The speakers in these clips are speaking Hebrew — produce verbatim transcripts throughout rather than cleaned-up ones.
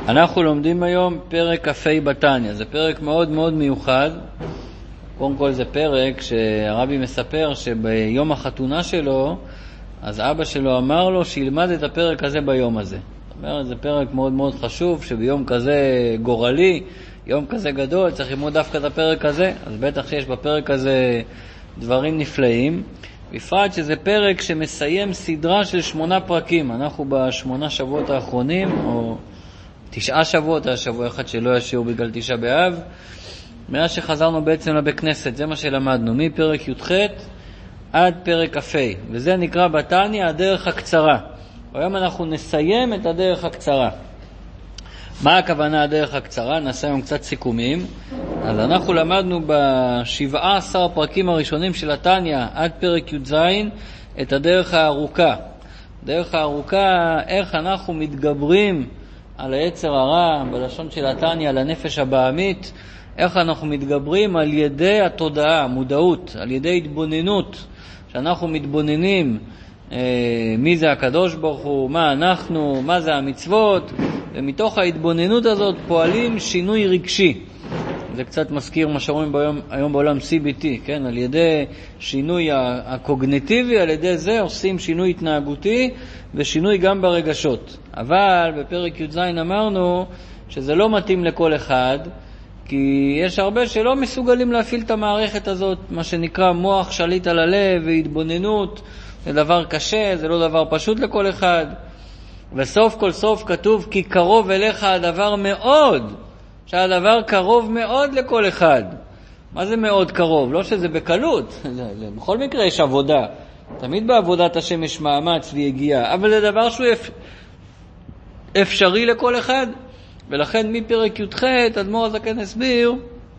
אנחנו לומדים היום פרק כ"ה בתניא. זה פרק מאוד מאוד מיוחד. קודם כל זה פרק שהרבי מספר שביום החתונה שלו, אז אבא שלו אמר לו שילמד את הפרק הזה ביום הזה. זאת אומרת, זה פרק מאוד מאוד חשוב, שביום כזה גורלי, יום כזה גדול, צריך ללמוד דווקא את הפרק הזה. אז בטח שיש בפרק הזה דברים נפלאים. בפרט שזה פרק שמסיים סדרה של שמונה פרקים. אנחנו בשמונה שבועות האחרונים, או תשעה שבועות, היה שבוע אחד שלא היה שיעור בגלל תשעה באב, מאז שחזרנו בעצם לבית כנסת. זה מה שלמדנו, מפרק י"ח עד פרק כ"ה, וזה נקרא בתניא הדרך הקצרה. היום אנחנו נסיים את הדרך הקצרה. מה הכוונה הדרך הקצרה? נעשה היום קצת סיכומים. אז אנחנו למדנו בשבעה עשר פרקים הראשונים של התניא עד פרק י"ז את הדרך הארוכה. דרך הארוכה, איך אנחנו מתגברים על היצר הרע, בלשון של התניא, על הנפש הבהמית, איך אנחנו מתגברים על ידי התודעה, המודעות, על ידי התבוננות, שאנחנו מתבוננים אה, מי זה הקדוש ברוך הוא, מה אנחנו, מה זה המצוות, ומתוך ההתבוננות הזאת פועלים שינוי רגשי. זה קצת מזכיר מה שאומרים ביום, היום בעולם סי בי טי, כן? על ידי שינוי הקוגניטיבי, על ידי זה עושים שינוי התנהגותי ושינוי גם ברגשות. אבל בפרק י"ז אמרנו שזה לא מתאים לכל אחד, כי יש הרבה שלא מסוגלים להפעיל את המערכת הזאת, מה שנקרא מוח שליט על הלב והתבוננות. זה דבר קשה, זה לא דבר פשוט לכל אחד. וסוף כל סוף כתוב כי קרוב אליך הדבר מאוד, שהדבר קרוב מאוד לכל אחד. מה זה מאוד קרוב? לא שזה בקלות, בכל מקרה יש עבודה, תמיד בעבודת השם יש מאמץ ויגיעה, אבל זה דבר שהוא אפ... אפשרי לכל אחד. ולכן מפרק י"ח אדמו"ר הזקן הסביר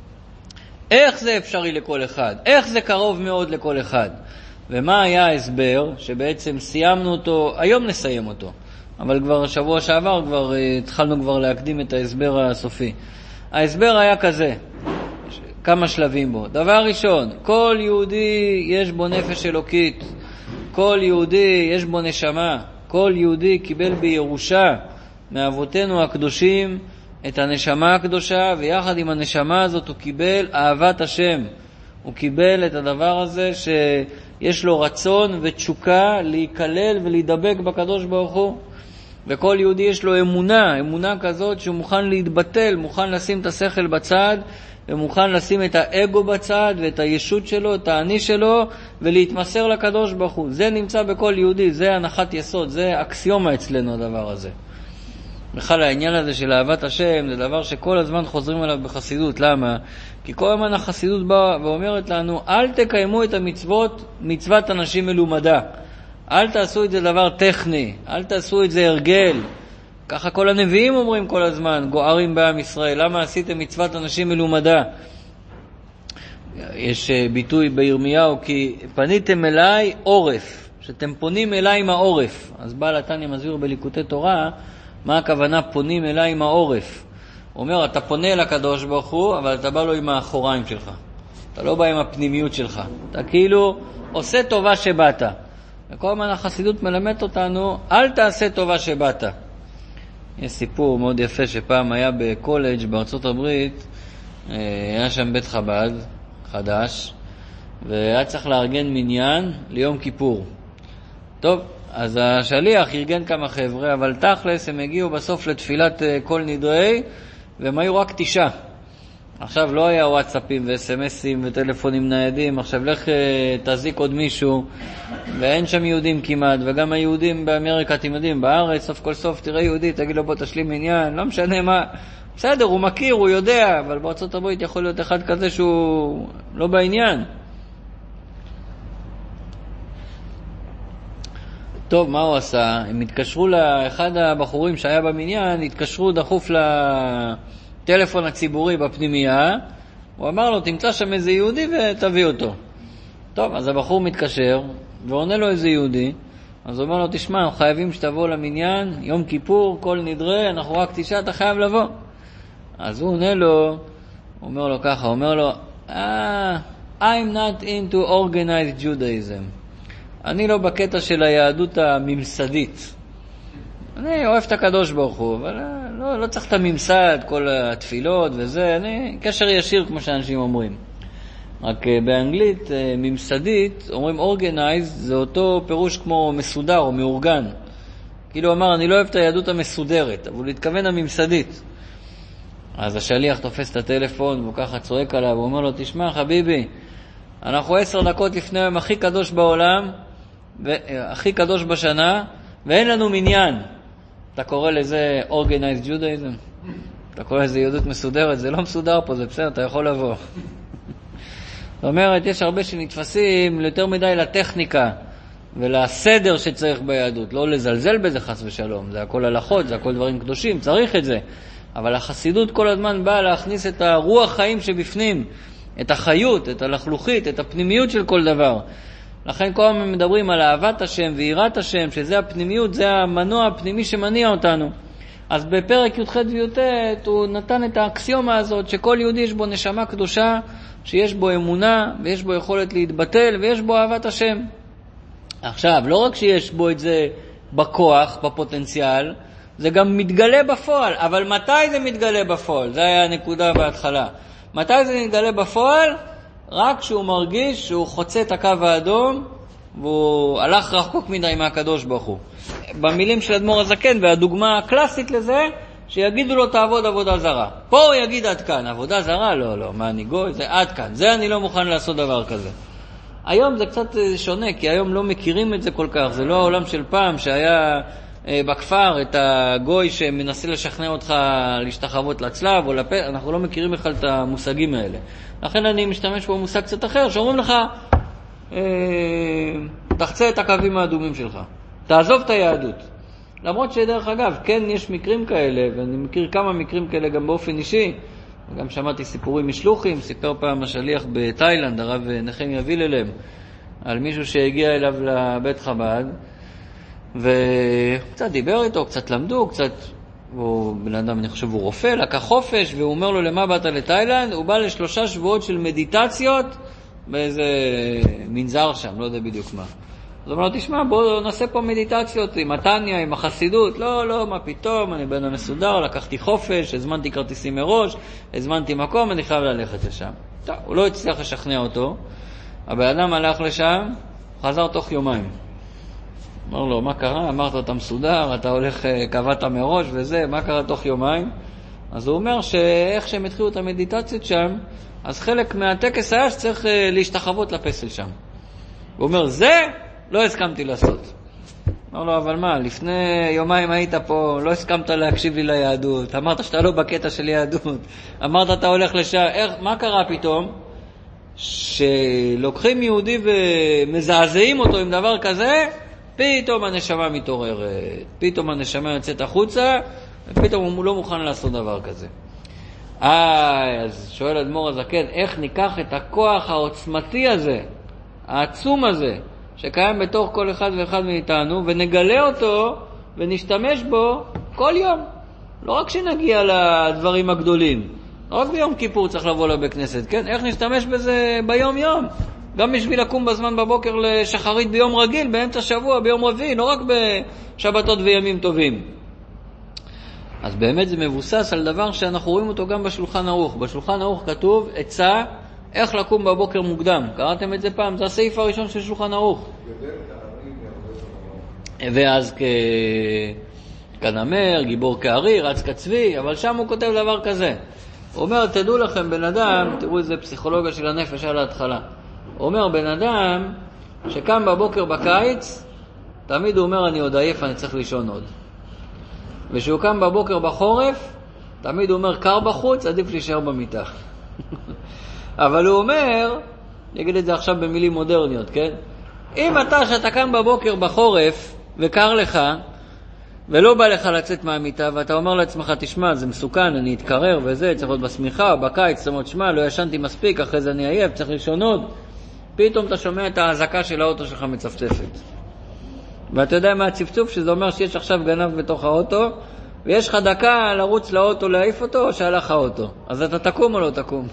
איך זה אפשרי לכל אחד, איך זה קרוב מאוד לכל אחד. ומה היה ההסבר שבעצם סיימנו אותו, היום נסיים אותו, אבל כבר שבוע שעבר כבר התחלנו כבר להקדים את ההסבר הסופי. ההסבר היה כזה, כמה שלבים בו. דבר ראשון, כל יהודי יש בו נפש אלוקית, כל יהודי יש בו נשמה, כל יהודי קיבל בירושה מאבותינו הקדושים את הנשמה הקדושה, ויחד עם הנשמה הזאת הוא קיבל אהבת השם. הוא קיבל את הדבר הזה שיש לו רצון ותשוקה להיכלל ולהידבק בקדוש ברוך הוא. וכל יהודי יש לו אמונה, אמונה כזאת שהוא מוכן להתבטל, מוכן לשים את השכל בצד, ומוכן לשים את האגו בצד ואת הישות שלו, את האני שלו, ולהתמסר לקדוש ברוך הוא. זה נמצא בכל יהודי, זה הנחת יסוד, זה אקסיומה אצלנו הדבר הזה. בכלל העניין הזה של אהבת השם זה דבר שכל הזמן חוזרים עליו בחסידות. למה? כי כל הזמן החסידות באה ואומרת לנו אל תקיימו את המצוות מצוות אנשים מלומדה, אל תעשו את זה דבר טכני, אל תעשו את זה הרגל. ככה כל הנביאים אומרים כל הזמן, גוערים בעם ישראל, למה עשיתם מצוות אנשים מלומדה? יש ביטוי בירמיהו, כי פניתם אליי עורף, שאתם פונים אליי עם העורף. אז בעל התניא מסביר בליקוטי תורה מה הכוונה פונים אליי עם העורף. הוא אומר, אתה פונה אל הקדוש ברוך הוא, אבל אתה בא לו עם האחוריים שלך, אתה לא בא עם הפנימיות שלך, אתה כאילו עושה טובה שבאת. וכל הזמן החסידות מלמד אותנו אל תעשה טובה שבאת. יש סיפור מאוד יפה שפעם היה בקולג' בארצות הברית, היה שם בית חב"ד חדש, והיה צריך לארגן מניין ליום כיפור. טוב, אז השליח ארגן כמה חבר'ה, אבל תכלס הם הגיעו בסוף לתפילת כל נדרי, והם היו רק תשעה. עכשיו לא היה וואטסאפים וסמסים וטלפונים ניידים, עכשיו לך תזיק עוד מישהו, ואין שם יהודים כמעט, וגם היהודים באמריקה, אתם יודעים, בארץ, סוף כל סוף תראה יהודי, תגיד לו בוא תשלים עניין, לא משנה מה, בסדר, הוא מכיר, הוא יודע, אבל בארצות הברית יכול להיות אחד כזה שהוא לא בעניין. טוב, מה הוא עשה? הם התקשרו לאחד הבחורים שהיה במניין, התקשרו דחוף לטלפון הציבורי בפנימייה, הוא אמר לו, תמצא שם איזה יהודי ותביא אותו. טוב, אז הבחור מתקשר, ועונה לו איזה יהודי, אז הוא אומר לו, תשמע, אנחנו חייבים שתבוא למניין, יום כיפור, כל נדרי, אנחנו רק תשעה, אתה חייב לבוא. אז הוא עונה לו, הוא אומר לו ככה, הוא אומר לו, ah, I'm not into organized Judaism. אני לא בקטע של היהדות הממסדית. אני אוהב את הקדוש ברוך הוא, אבל לא, לא צריך את הממסד, כל התפילות וזה, אני קשר ישיר כמו שאנשים אומרים. רק באנגלית, ממסדית, אומרים organized, זה אותו פירוש כמו מסודר או מאורגן. כאילו אמר, אני לא אוהב את היהדות המסודרת, אבל הוא התכוון הממסדית. אז השליח תופס את הטלפון, והוא ככה צועק עליו, הוא אומר לו, תשמע חביבי, אנחנו עשר דקות לפני היום הכי קדוש בעולם, הכי קדוש בשנה, ואין לנו מניין. אתה קורא לזה organized Judaism? אתה קורא לזה יהדות מסודרת? זה לא מסודר פה, זה בסדר, אתה יכול לבוא. זאת אומרת, יש הרבה שנתפסים יותר מדי לטכניקה ולסדר שצריך ביהדות. לא לזלזל בזה חס ושלום, זה הכל הלכות, זה הכל דברים קדושים, צריך את זה. אבל החסידות כל הזמן באה להכניס את הרוח חיים שבפנים, את החיות, את הלחלוכית, את הפנימיות של כל דבר. לכן כל הזמן מדברים על אהבת השם ויראת השם, שזה הפנימיות, זה המנוע הפנימי שמניע אותנו. אז בפרק י"ח וי"ט הוא נתן את האקסיומה הזאת, שכל יהודי יש בו נשמה קדושה, שיש בו אמונה ויש בו יכולת להתבטל ויש בו אהבת השם. עכשיו, לא רק שיש בו את זה בכוח, בפוטנציאל, זה גם מתגלה בפועל. אבל מתי זה מתגלה בפועל? זה היה הנקודה בהתחלה. מתי זה מתגלה בפועל? רק כשהוא מרגיש שהוא חוצה את הקו האדום והוא הלך רחוק מדי מהקדוש ברוך הוא. במילים של אדמו"ר הזקן, והדוגמה הקלאסית לזה, שיגידו לו תעבוד עבודה זרה. פה הוא יגיד עד כאן, עבודה זרה? לא, לא, מה אני גוי? זה עד כאן. זה אני לא מוכן לעשות דבר כזה. היום זה קצת שונה, כי היום לא מכירים את זה כל כך. זה לא העולם של פעם שהיה בכפר את הגוי שמנסה לשכנע אותך להשתחוות לצלב או לפ... אנחנו לא מכירים בכלל את המושגים האלה. לכן אני משתמש פה במושג קצת אחר, שאומרים לך, אה, תחצה את הקווים האדומים שלך. תעזוב את היהדות. למרות שדרך אגב, כן יש מקרים כאלה, ואני מכיר כמה מקרים כאלה גם באופן אישי, וגם שמעתי סיפורים משלוחים, סיפר פעם השליח בתאילנד, הרב נחמיה ויללם, על מישהו שהגיע אליו לבית חב"ד, וקצת דיבר איתו, קצת למדו, קצת, הוא בן אדם, אני חושב, הוא רופא, לקח חופש, והוא אומר לו, למה באת לתאילנד? הוא בא לשלושה שבועות של מדיטציות, באיזה מנזר שם, לא יודע בדיוק מה. אז הוא אומר לו, תשמע, בואו נעשה פה מדיטציות עם התניה, עם החסידות. לא, לא, מה פתאום, אני בן המסודר, לקחתי חופש, הזמנתי כרטיסים מראש, הזמנתי מקום, אני חייב ללכת לשם. טוב, הוא לא הצליח לשכנע אותו, הבן אדם הלך לשם, חזר תוך יומיים. אמר לו, מה קרה? אמרת, אתה מסודר, אתה הולך, קבעת מראש וזה, מה קרה תוך יומיים? אז הוא אומר שאיך שהם התחילו את המדיטציות שם, אז חלק מהטקס היה שצריך להשתחוות לפסל שם. הוא אומר, זה לא הסכמתי לעשות. אמר לו, אבל מה, לפני יומיים היית פה, לא הסכמת להקשיב לי ליהדות, אמרת שאתה לא בקטע של יהדות, אמרת אתה הולך לשם, איך, מה קרה פתאום? שלוקחים יהודי ומזעזעים אותו עם דבר כזה, פתאום הנשמה מתעוררת, פתאום הנשמה יוצאת החוצה, ופתאום הוא לא מוכן לעשות דבר כזה. אה, אז שואל אדמו"ר הזקן, איך ניקח את הכוח העוצמתי הזה, העצום הזה, שקיים בתוך כל אחד ואחד מאיתנו, ונגלה אותו ונשתמש בו כל יום. לא רק שנגיע לדברים הגדולים, לא רק ביום כיפור צריך לבוא לבית כנסת, כן? איך נשתמש בזה ביום יום? גם בשביל לקום בזמן בבוקר לשחרית ביום רגיל, באמצע שבוע, ביום רביעי, לא רק בשבתות וימים טובים. אז באמת זה מבוסס על דבר שאנחנו רואים אותו גם בשולחן ערוך. בשולחן ערוך כתוב עצה איך לקום בבוקר מוקדם. קראתם את זה פעם? זה הסעיף הראשון של שולחן ערוך. ואז כנמר, גיבור כארי, רץ כצבי, אבל שם הוא כותב דבר כזה. הוא אומר, תדעו לכם, בן אדם, תראו איזה פסיכולוגיה של הנפש על ההתחלה. הוא אומר, בן אדם שקם בבוקר בקיץ, תמיד הוא אומר, אני עוד עייף, אני צריך לישון עוד. ושהוא קם בבוקר בחורף, תמיד הוא אומר, קר בחוץ, עדיף להישאר במיטה. אבל הוא אומר, נגיד את זה עכשיו במילים מודרניות, כן? אם אתה, שאתה קם בבוקר בחורף, וקר לך, ולא בא לך לצאת מהמיטה, ואתה אומר לעצמך, תשמע, זה מסוכן, אני אתקרר וזה, צריך להיות בסמיכה, או בקיץ, זאת אומרת, שמע, לא ישנתי מספיק, אחרי זה אני עייף, צריך לישון עוד. פתאום אתה שומע את ההזקה של האוטו שלך מצפצפת. ואתה יודע מה הצפצוף? שזה אומר שיש עכשיו גנב בתוך האוטו, ויש לך דקה לרוץ לאוטו להעיף אותו, או שהלך האוטו. אז אתה תקום או לא תקום?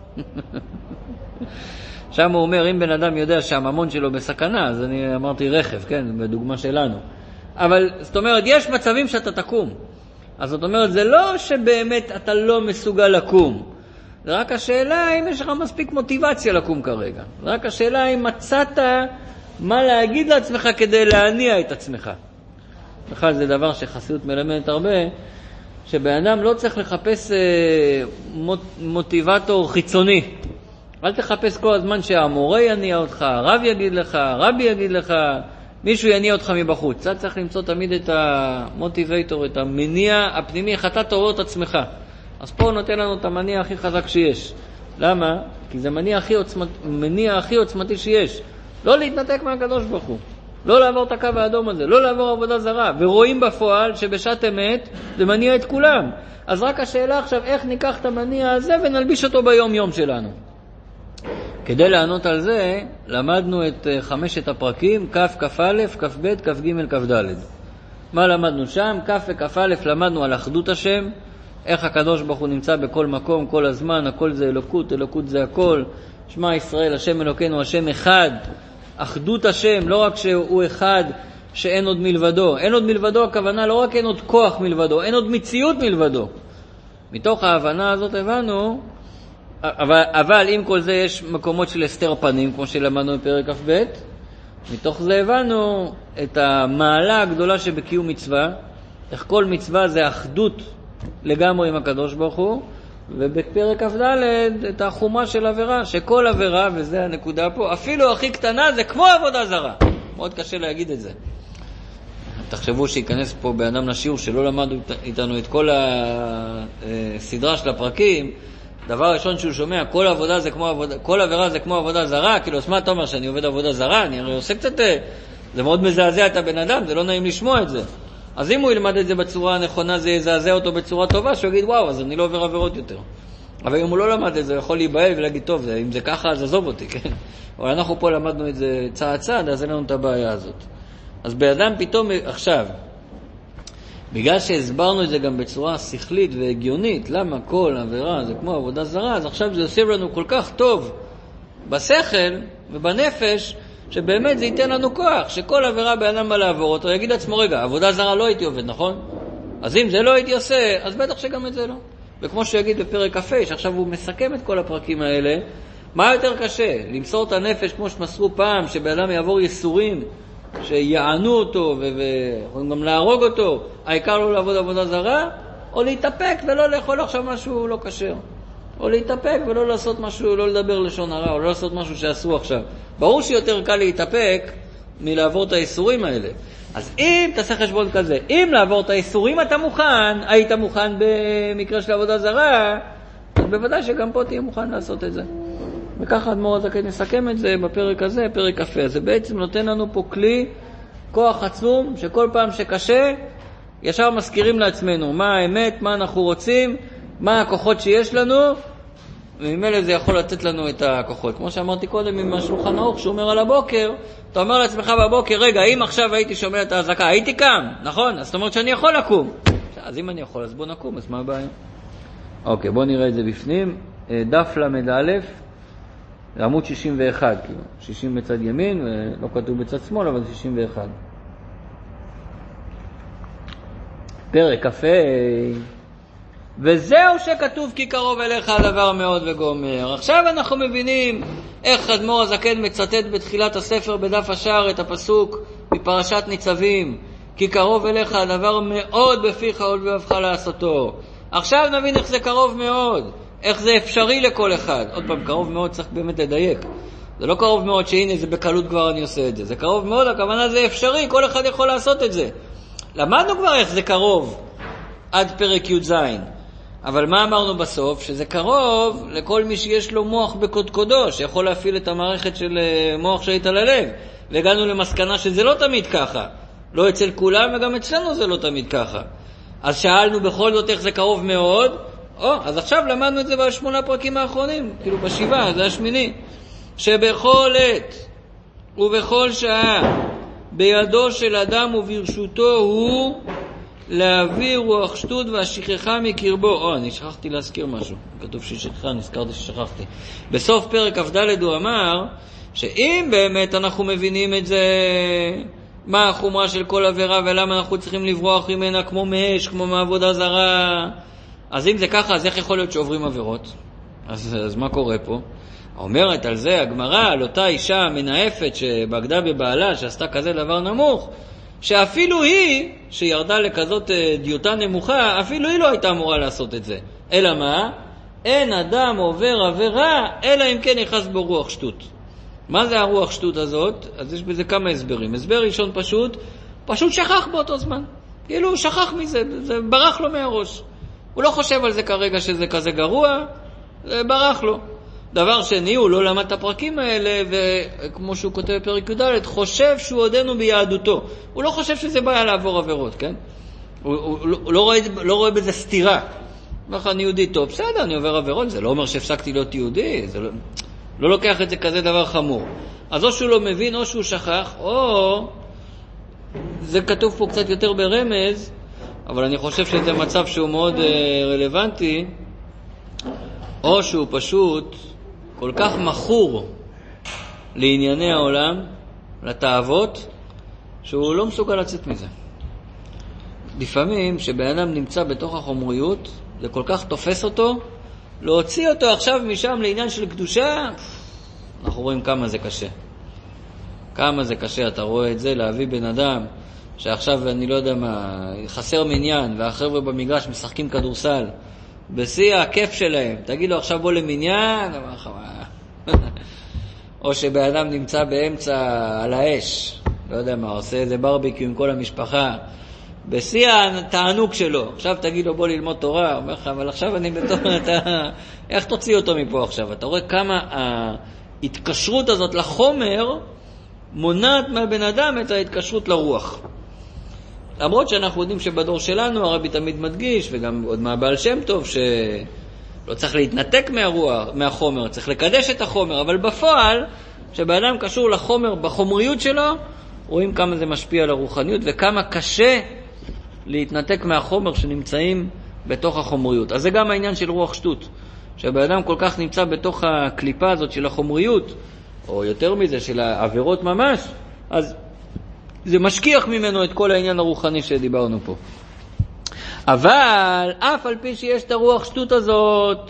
שם הוא אומר, אם בן אדם יודע שהממון שלו בסכנה, אז אני אמרתי רכב, כן, בדוגמה שלנו. אבל זאת אומרת, יש מצבים שאתה תקום. אז זאת אומרת, זה לא שבאמת אתה לא מסוגל לקום. זה רק השאלה אם יש לך מספיק מוטיבציה לקום כרגע. זה רק השאלה אם מצאת מה להגיד לעצמך כדי להניע את עצמך. בכלל זה דבר שחסידות מלמדת הרבה, שבן אדם לא צריך לחפש אה, מוט, מוטיבטור חיצוני. אל תחפש כל הזמן שהמורה יניע אותך, הרב יגיד לך, רבי יגיד לך, מישהו יניע אותך מבחוץ. אתה צריך למצוא תמיד את המוטיבטור, את המניע הפנימי, איך אתה תעורר את עצמך. אז פה הוא נותן לנו את המניע הכי חזק שיש. למה? כי זה מניע הכי עוצמת, מניע הכי עוצמתי שיש. לא להתנתק מהקדוש ברוך הוא. לא לעבור את הקו האדום הזה, לא לעבור עבודה זרה. ורואים בפועל שבשעת אמת זה מניע את כולם. אז רק השאלה עכשיו איך ניקח את המניע הזה ונלביש אותו ביום יום שלנו. כדי לענות על זה, למדנו את חמשת הפרקים, כף, כף א', כף ב', כף ג', כף ד'. מה למדנו שם? כף וכף א' למדנו על אחדות השם, איך הקדוש ברוך הוא נמצא בכל מקום, כל הזמן, הכל זה אלוקות, אלוקות זה הכל. שמע ישראל, השם אלוקינו, השם אחד. אחדות השם, לא רק שהוא אחד, שאין עוד מלבדו. אין עוד מלבדו, הכוונה לא רק אין עוד כוח מלבדו, אין עוד מציאות מלבדו. מתוך ההבנה הזאת הבנו, אבל, אבל עם כל זה יש מקומות של הסתר פנים, כמו שלמדנו בפרק כ"ב. מתוך זה הבנו את המעלה הגדולה שבקיום מצווה, איך כל מצווה זה אחדות לגמרי עם הקדוש ברוך הוא, ובפרק כ"ד את החומה של עבירה, שכל עבירה, וזה הנקודה פה, אפילו הכי קטנה זה כמו עבודה זרה. מאוד קשה להגיד את זה. תחשבו שיכנס פה באדם לשיעור שלא למדו איתנו את כל הסדרה של הפרקים, דבר ראשון שהוא שומע, כל עבודה זה כמו עבודה, כל עבירה זה כמו עבודה זרה, כאילו, מה אתה אומר שאני עובד עבודה זרה? אני הרי עושה קצת, זה מאוד מזעזע את הבן אדם, זה לא נעים לשמוע את זה. אז אם הוא ילמד את זה בצורה הנכונה, זה יזעזע אותו בצורה טובה, שהוא יגיד, וואו, אז אני לא עובר עבירות יותר. אבל אם הוא לא למד את זה, הוא יכול להיבהל ולהגיד, טוב, זה, אם זה ככה, אז עזוב אותי, כן? אבל אנחנו פה למדנו את זה צעד צעד, אז אין לנו את הבעיה הזאת. אז באדם פתאום, עכשיו, בגלל שהסברנו את זה גם בצורה שכלית והגיונית, למה כל עבירה זה כמו עבודה זרה, אז עכשיו זה עושה לנו כל כך טוב בשכל ובנפש, שבאמת זה ייתן לנו כוח, שכל עבירה באדם בא לעבור אותו, יגיד לעצמו, רגע, עבודה זרה לא הייתי עובד, נכון? אז אם זה לא הייתי עושה, אז בטח שגם את זה לא. וכמו שיגיד בפרק כ"ה, שעכשיו הוא מסכם את כל הפרקים האלה, מה יותר קשה? למסור את הנפש כמו שמסרו פעם, שבאדם יעבור יסורים, שיענו אותו ויכולים גם להרוג אותו, העיקר לא לעבוד עבודה זרה, או להתאפק ולא לאכול עכשיו משהו לא כשר, או להתאפק ולא לעשות משהו, לא לדבר לשון הרע, או לא לעשות משהו שעשו עכשיו. ברור שיותר קל להתאפק מלעבור את האיסורים האלה. אז אם תעשה חשבון כזה, אם לעבור את האיסורים אתה מוכן, היית מוכן במקרה של עבודה זרה, אז בוודאי שגם פה תהיה מוכן לעשות את זה. וככה אדמו"ר הזקן נסכם את זה בפרק הזה, פרק כ"ה. זה בעצם נותן לנו פה כלי, כוח עצום, שכל פעם שקשה, ישר מזכירים לעצמנו מה האמת, מה אנחנו רוצים, מה הכוחות שיש לנו, וממילא זה יכול לתת לנו את הכוחות. כמו שאמרתי קודם עם השולחן ערוך, שהוא אומר על הבוקר, אתה אומר לעצמך בבוקר, רגע, אם עכשיו הייתי שומע את ההזקה, הייתי קם, נכון? אז זאת אומרת שאני יכול לקום. אז אם אני יכול, אז בוא נקום, אז מה הבעיה? אוקיי, בוא נראה את זה בפנים. דף למד א', עמוד שישים ואחת, כאילו, שישים בצד ימין, ולא כתוב בצד שמאל, אבל שישים ואחת. פרק כ"ה. וזהו שכתוב כי קרוב אליך הדבר מאוד וגומר. עכשיו אנחנו מבינים איך אדמו"ר הזקן מצטט בתחילת הספר בדף השער את הפסוק מפרשת ניצבים, כי קרוב אליך הדבר מאוד בפיך ולבבך לעשותו. עכשיו נבין איך זה קרוב מאוד, איך זה אפשרי לכל אחד. עוד פעם, קרוב מאוד צריך באמת לדייק. זה לא קרוב מאוד שהנה זה בקלות כבר אני עושה את זה. זה קרוב מאוד, הכוונה זה אפשרי, כל אחד יכול לעשות את זה. למדנו כבר איך זה קרוב עד פרק י' ז'. אבל מה אמרנו בסוף? שזה קרוב לכל מי שיש לו מוח בקודקודו, שיכול להפעיל את המערכת של מוח שהיית ללב. והגענו למסקנה שזה לא תמיד ככה. לא אצל כולם וגם אצלנו זה לא תמיד ככה. אז שאלנו בכל זאת איך זה קרוב מאוד. או, אז עכשיו למדנו את זה בשמונה פרקים האחרונים, כאילו בשבעה, זה השמיני. שבכל עת ובכל שעה בידו של אדם וברשותו הוא להעביר רוח שטות והשכחה מקרבו. או, אני שכחתי להזכיר משהו. כתוב ששכחה, נזכרתי ששכחתי. בסוף פרק כ"ד הוא אמר שאם באמת אנחנו מבינים את זה, מה החומרה של כל עבירה ולמה אנחנו צריכים לברוח ממנה כמו מאש, כמו מעבודה זרה. אז אם זה ככה, אז איך יכול להיות שעוברים עבירות? אז, אז מה קורה פה? אומרת על זה הגמרא, על אותה אישה מנאפת שבגדה בבעלה, שעשתה כזה דבר נמוך, שאפילו היא, שירדה לכזאת דיוטה נמוכה, אפילו היא לא הייתה אמורה לעשות את זה. אלא מה? אין אדם עובר עבירה, אלא אם כן נכנס בו רוח שטות. מה זה הרוח שטות הזאת? אז יש בזה כמה הסברים. הסבר ראשון פשוט, פשוט שכח באותו זמן. כאילו הוא שכח מזה, זה ברח לו מהראש. הוא לא חושב על זה כרגע שזה כזה גרוע, זה ברח לו. דבר שני, הוא לא למד את הפרקים האלה, וכמו שהוא כותב בפרק י"ד, חושב שהוא עודנו ביהדותו. הוא לא חושב שזה בעיה לעבור עבירות, כן? הוא, הוא, הוא לא, רואה, לא רואה בזה סתירה. איך אני יהודי טוב? בסדר, אני עובר עבירות, זה לא אומר שהפסקתי להיות יהודי, זה לא, לא לוקח את זה כזה דבר חמור. אז או שהוא לא מבין, או שהוא שכח, או זה כתוב פה קצת יותר ברמז, אבל אני חושב שזה מצב שהוא מאוד רלוונטי, או שהוא פשוט כל כך מכור לענייני העולם, לתאוות, שהוא לא מסוגל לצאת מזה. לפעמים שבן אדם נמצא בתוך החומריות, זה כל כך תופס אותו, להוציא אותו עכשיו משם לעניין של קדושה, אנחנו רואים כמה זה קשה. כמה זה קשה, אתה רואה את זה, להביא בן אדם שעכשיו אני לא יודע מה, חסר מניין, והחבר'ה במגרש משחקים כדורסל, בשיא הכיף שלהם, תגיד לו עכשיו בוא למניין, או שבן אדם נמצא באמצע על האש, לא יודע מה, עושה איזה ברביקיו עם כל המשפחה, בשיא התענוג שלו, עכשיו תגיד לו בוא ללמוד תורה, אומר לך, אבל עכשיו אני בתור, אתה, איך תוציא אותו מפה עכשיו? אתה רואה כמה ההתקשרות הזאת לחומר מונעת מהבן אדם את ההתקשרות לרוח. למרות שאנחנו יודעים שבדור שלנו הרבי תמיד מדגיש, וגם עוד מהבעל שם טוב, שלא צריך להתנתק מהרוח, מהחומר, צריך לקדש את החומר, אבל בפועל, כשבאדם קשור לחומר, בחומריות שלו, רואים כמה זה משפיע על הרוחניות, וכמה קשה להתנתק מהחומר שנמצאים בתוך החומריות. אז זה גם העניין של רוח שטות, שבאדם כל כך נמצא בתוך הקליפה הזאת של החומריות, או יותר מזה, של העבירות ממש, אז זה משכיח ממנו את כל העניין הרוחני שדיברנו פה. אבל אף על פי שיש את הרוח שטות הזאת,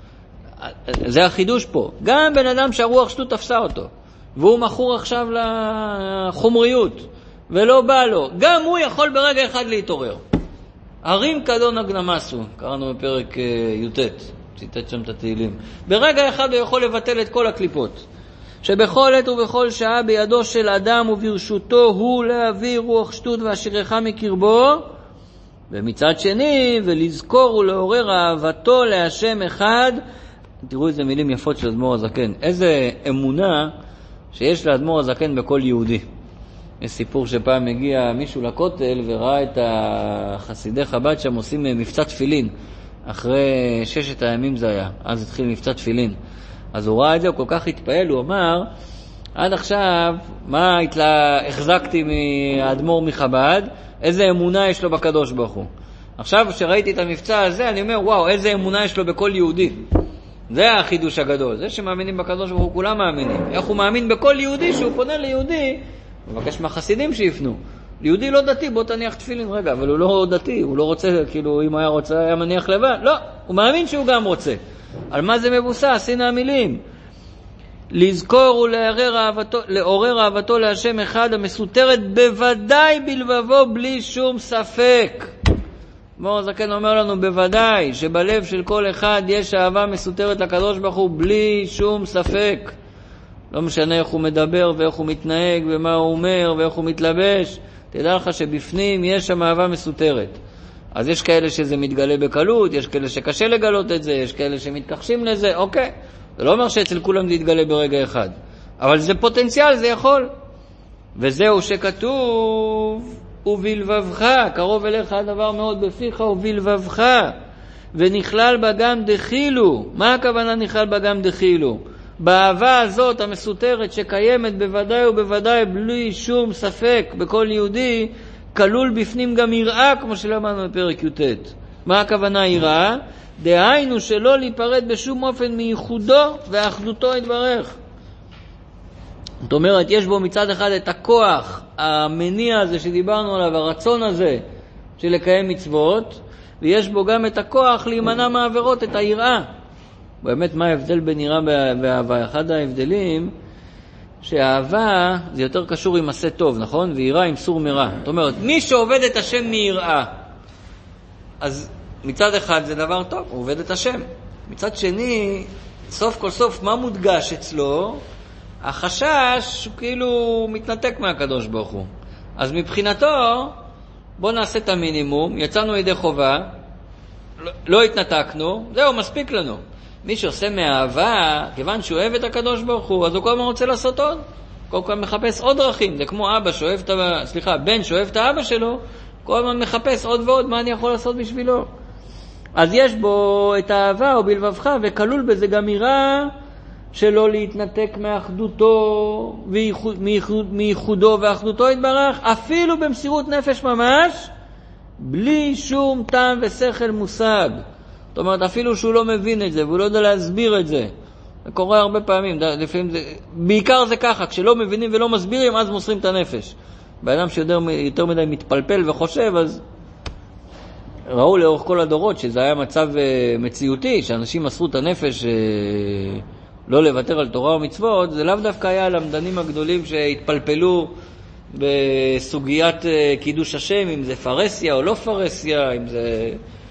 זה החידוש פה, גם בן אדם שהרוח שטות תפסה אותו, והוא מכור עכשיו לחומריות, ולא בא לו, גם הוא יכול ברגע אחד להתעורר. הרים כדון הגנמסו, קראנו בפרק י"ט, ציטט שם את התהילים. ברגע אחד הוא יכול לבטל את כל הקליפות. שבכל עת ובכל שעה בידו של אדם וברשותו הוא להביא רוח שטות והשכחה מקרבו, ומצד שני ולזכור ולעורר אהבתו להשם אחד. תראו איזה מילים יפות של אדמו"ר הזקן, איזה אמונה שיש לאדמו"ר הזקן בכל יהודי. יש סיפור שפעם הגיע מישהו לכותל וראה את החסידי חב"ד שם עושים מבצע תפילין, אחרי ששת הימים זה היה, אז התחיל מבצע תפילין. אז הוא ראה את זה, הוא כל כך התפעל, הוא אמר, עד עכשיו, מה התלה, החזקתי מהאדמו"ר מחב"ד, איזה אמונה יש לו בקדוש ברוך הוא. עכשיו שראיתי את המבצע הזה, אני אומר, וואו, איזה אמונה יש לו בכל יהודי. זה החידוש הגדול, זה שמאמינים בקדוש ברוך הוא, כולם מאמינים. איך הוא מאמין בכל יהודי, שהוא פונה ליהודי, הוא מבקש מהחסידים שיפנו. ליהודי לא דתי, בוא תניח תפילין רגע, אבל הוא לא דתי, הוא לא רוצה, כאילו, אם היה רוצה, היה מניח לבד. לא, הוא מאמין שהוא גם רוצה. על מה זה מבוסס? הנה המילים. לזכור ולעורר אהבתו, לעורר אהבתו להשם אחד המסותרת בוודאי בלבבו בלי שום ספק. אדמו"ר הזקן אומר לנו בוודאי שבלב של כל אחד יש אהבה מסותרת לקדוש ברוך הוא בלי שום ספק. לא משנה איך הוא מדבר ואיך הוא מתנהג ומה הוא אומר ואיך הוא מתלבש. תדע לך שבפנים יש שם אהבה מסותרת. אז יש כאלה שזה מתגלה בקלות, יש כאלה שקשה לגלות את זה, יש כאלה שמתכחשים לזה, אוקיי. זה לא אומר שאצל כולם זה יתגלה ברגע אחד. אבל זה פוטנציאל, זה יכול. וזהו שכתוב, ובלבבך, קרוב אליך הדבר מאוד בפיך, ובלבבך, ונכלל בה גם דחילו. מה הכוונה נכלל בה גם דחילו? באהבה הזאת המסותרת שקיימת בוודאי ובוודאי בלי שום ספק בכל יהודי, כלול בפנים גם יראה, כמו שלמדנו בפרק י"ט. מה הכוונה יראה? דהיינו שלא להיפרד בשום אופן מייחודו ואחדותו יתברך. זאת אומרת, יש בו מצד אחד את הכוח המניע הזה שדיברנו עליו, הרצון הזה של לקיים מצוות, ויש בו גם את הכוח להימנע מעבירות, את היראה. באמת מה ההבדל בין יראה ואהבה? אחד ההבדלים שהאהבה זה יותר קשור עם עשה טוב, נכון? ויראה עם סור מרע. זאת אומרת, מי שעובד את השם מיראה, אז מצד אחד זה דבר טוב, הוא עובד את השם. מצד שני, סוף כל סוף מה מודגש אצלו? החשש הוא כאילו מתנתק מהקדוש ברוך הוא. אז מבחינתו, בוא נעשה את המינימום, יצאנו ידי חובה, לא, לא התנתקנו, זהו, מספיק לנו. מי שעושה מאהבה, כיוון שהוא אוהב את הקדוש ברוך הוא, אז הוא כל הזמן רוצה לעשות עוד. כל הזמן מחפש עוד דרכים. זה כמו אבא שאוהב את ה... סליחה, בן שאוהב את האבא שלו, כל הזמן מחפש עוד ועוד מה אני יכול לעשות בשבילו. אז יש בו את האהבה או בלבבך, וכלול בזה גם יראה שלא להתנתק מאחדותו, מייחודו ואחדותו יתברך, אפילו במסירות נפש ממש, בלי שום טעם ושכל מושג. זאת אומרת, אפילו שהוא לא מבין את זה, והוא לא יודע להסביר את זה. זה קורה הרבה פעמים, לפעמים זה, בעיקר זה ככה, כשלא מבינים ולא מסבירים, אז מוסרים את הנפש. באדם שיותר יותר מדי מתפלפל וחושב, אז ראו לאורך כל הדורות שזה היה מצב מציאותי, שאנשים מסרו את הנפש לא לוותר על תורה ומצוות, זה לאו דווקא היה הלמדנים הגדולים שהתפלפלו בסוגיית קידוש השם, אם זה פרסיה או לא פרסיה, אם זה...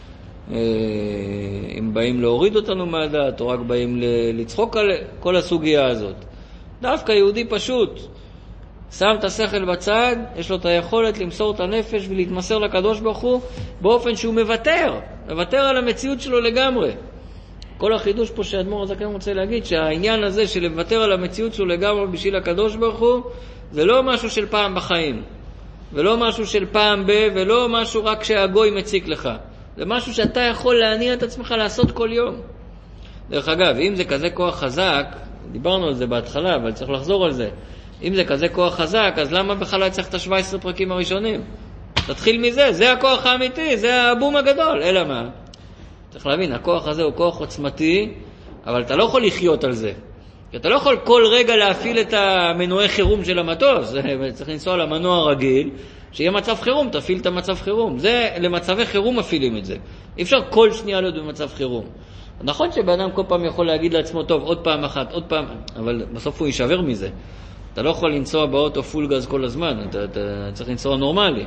אם באים להוריד אותנו מהדעת, או רק באים לצחוק על כל הסוגיה הזאת. דווקא יהודי פשוט, שם את השכל בצד, יש לו את היכולת למסור את הנפש ולהתמסר לקדוש ברוך הוא, באופן שהוא מוותר, מוותר על המציאות שלו לגמרי. כל החידוש פה שאדמו"ר הזקן רוצה להגיד, שהעניין הזה של לוותר על המציאות שלו לגמרי בשביל הקדוש ברוך הוא, זה לא משהו של פעם בחיים, ולא משהו של פעם ב, ולא משהו רק שהגוי מציק לך. זה משהו שאתה יכול להניע את עצמך לעשות כל יום. דרך אגב, אם זה כזה כוח חזק, דיברנו על זה בהתחלה, אבל צריך לחזור על זה. אם זה כזה כוח חזק, אז למה בכלל צריך את ה-שבעה עשר פרקים הראשונים? תתחיל מזה, זה הכוח האמיתי, זה הבום הגדול. אלא מה? צריך להבין, הכוח הזה הוא כוח עוצמתי, אבל אתה לא יכול לחיות על זה. כי אתה לא יכול כל רגע להפעיל את המנועי חירום של המטוס. צריך לנסוע למנוע רגיל, שיהיה מצב חירום, תפעיל את המצב חירום. זה, למצבי חירום מפעילים את זה. אי אפשר כל שנייה להיות במצב חירום. נכון שבאדם כל פעם יכול להגיד לעצמו, טוב, עוד פעם אחת, עוד פעם, אבל בסוף הוא יישבר מזה. אתה לא יכול לנסוע באוטו פול גז כל הזמן, אתה, אתה צריך לנסוע נורמלי.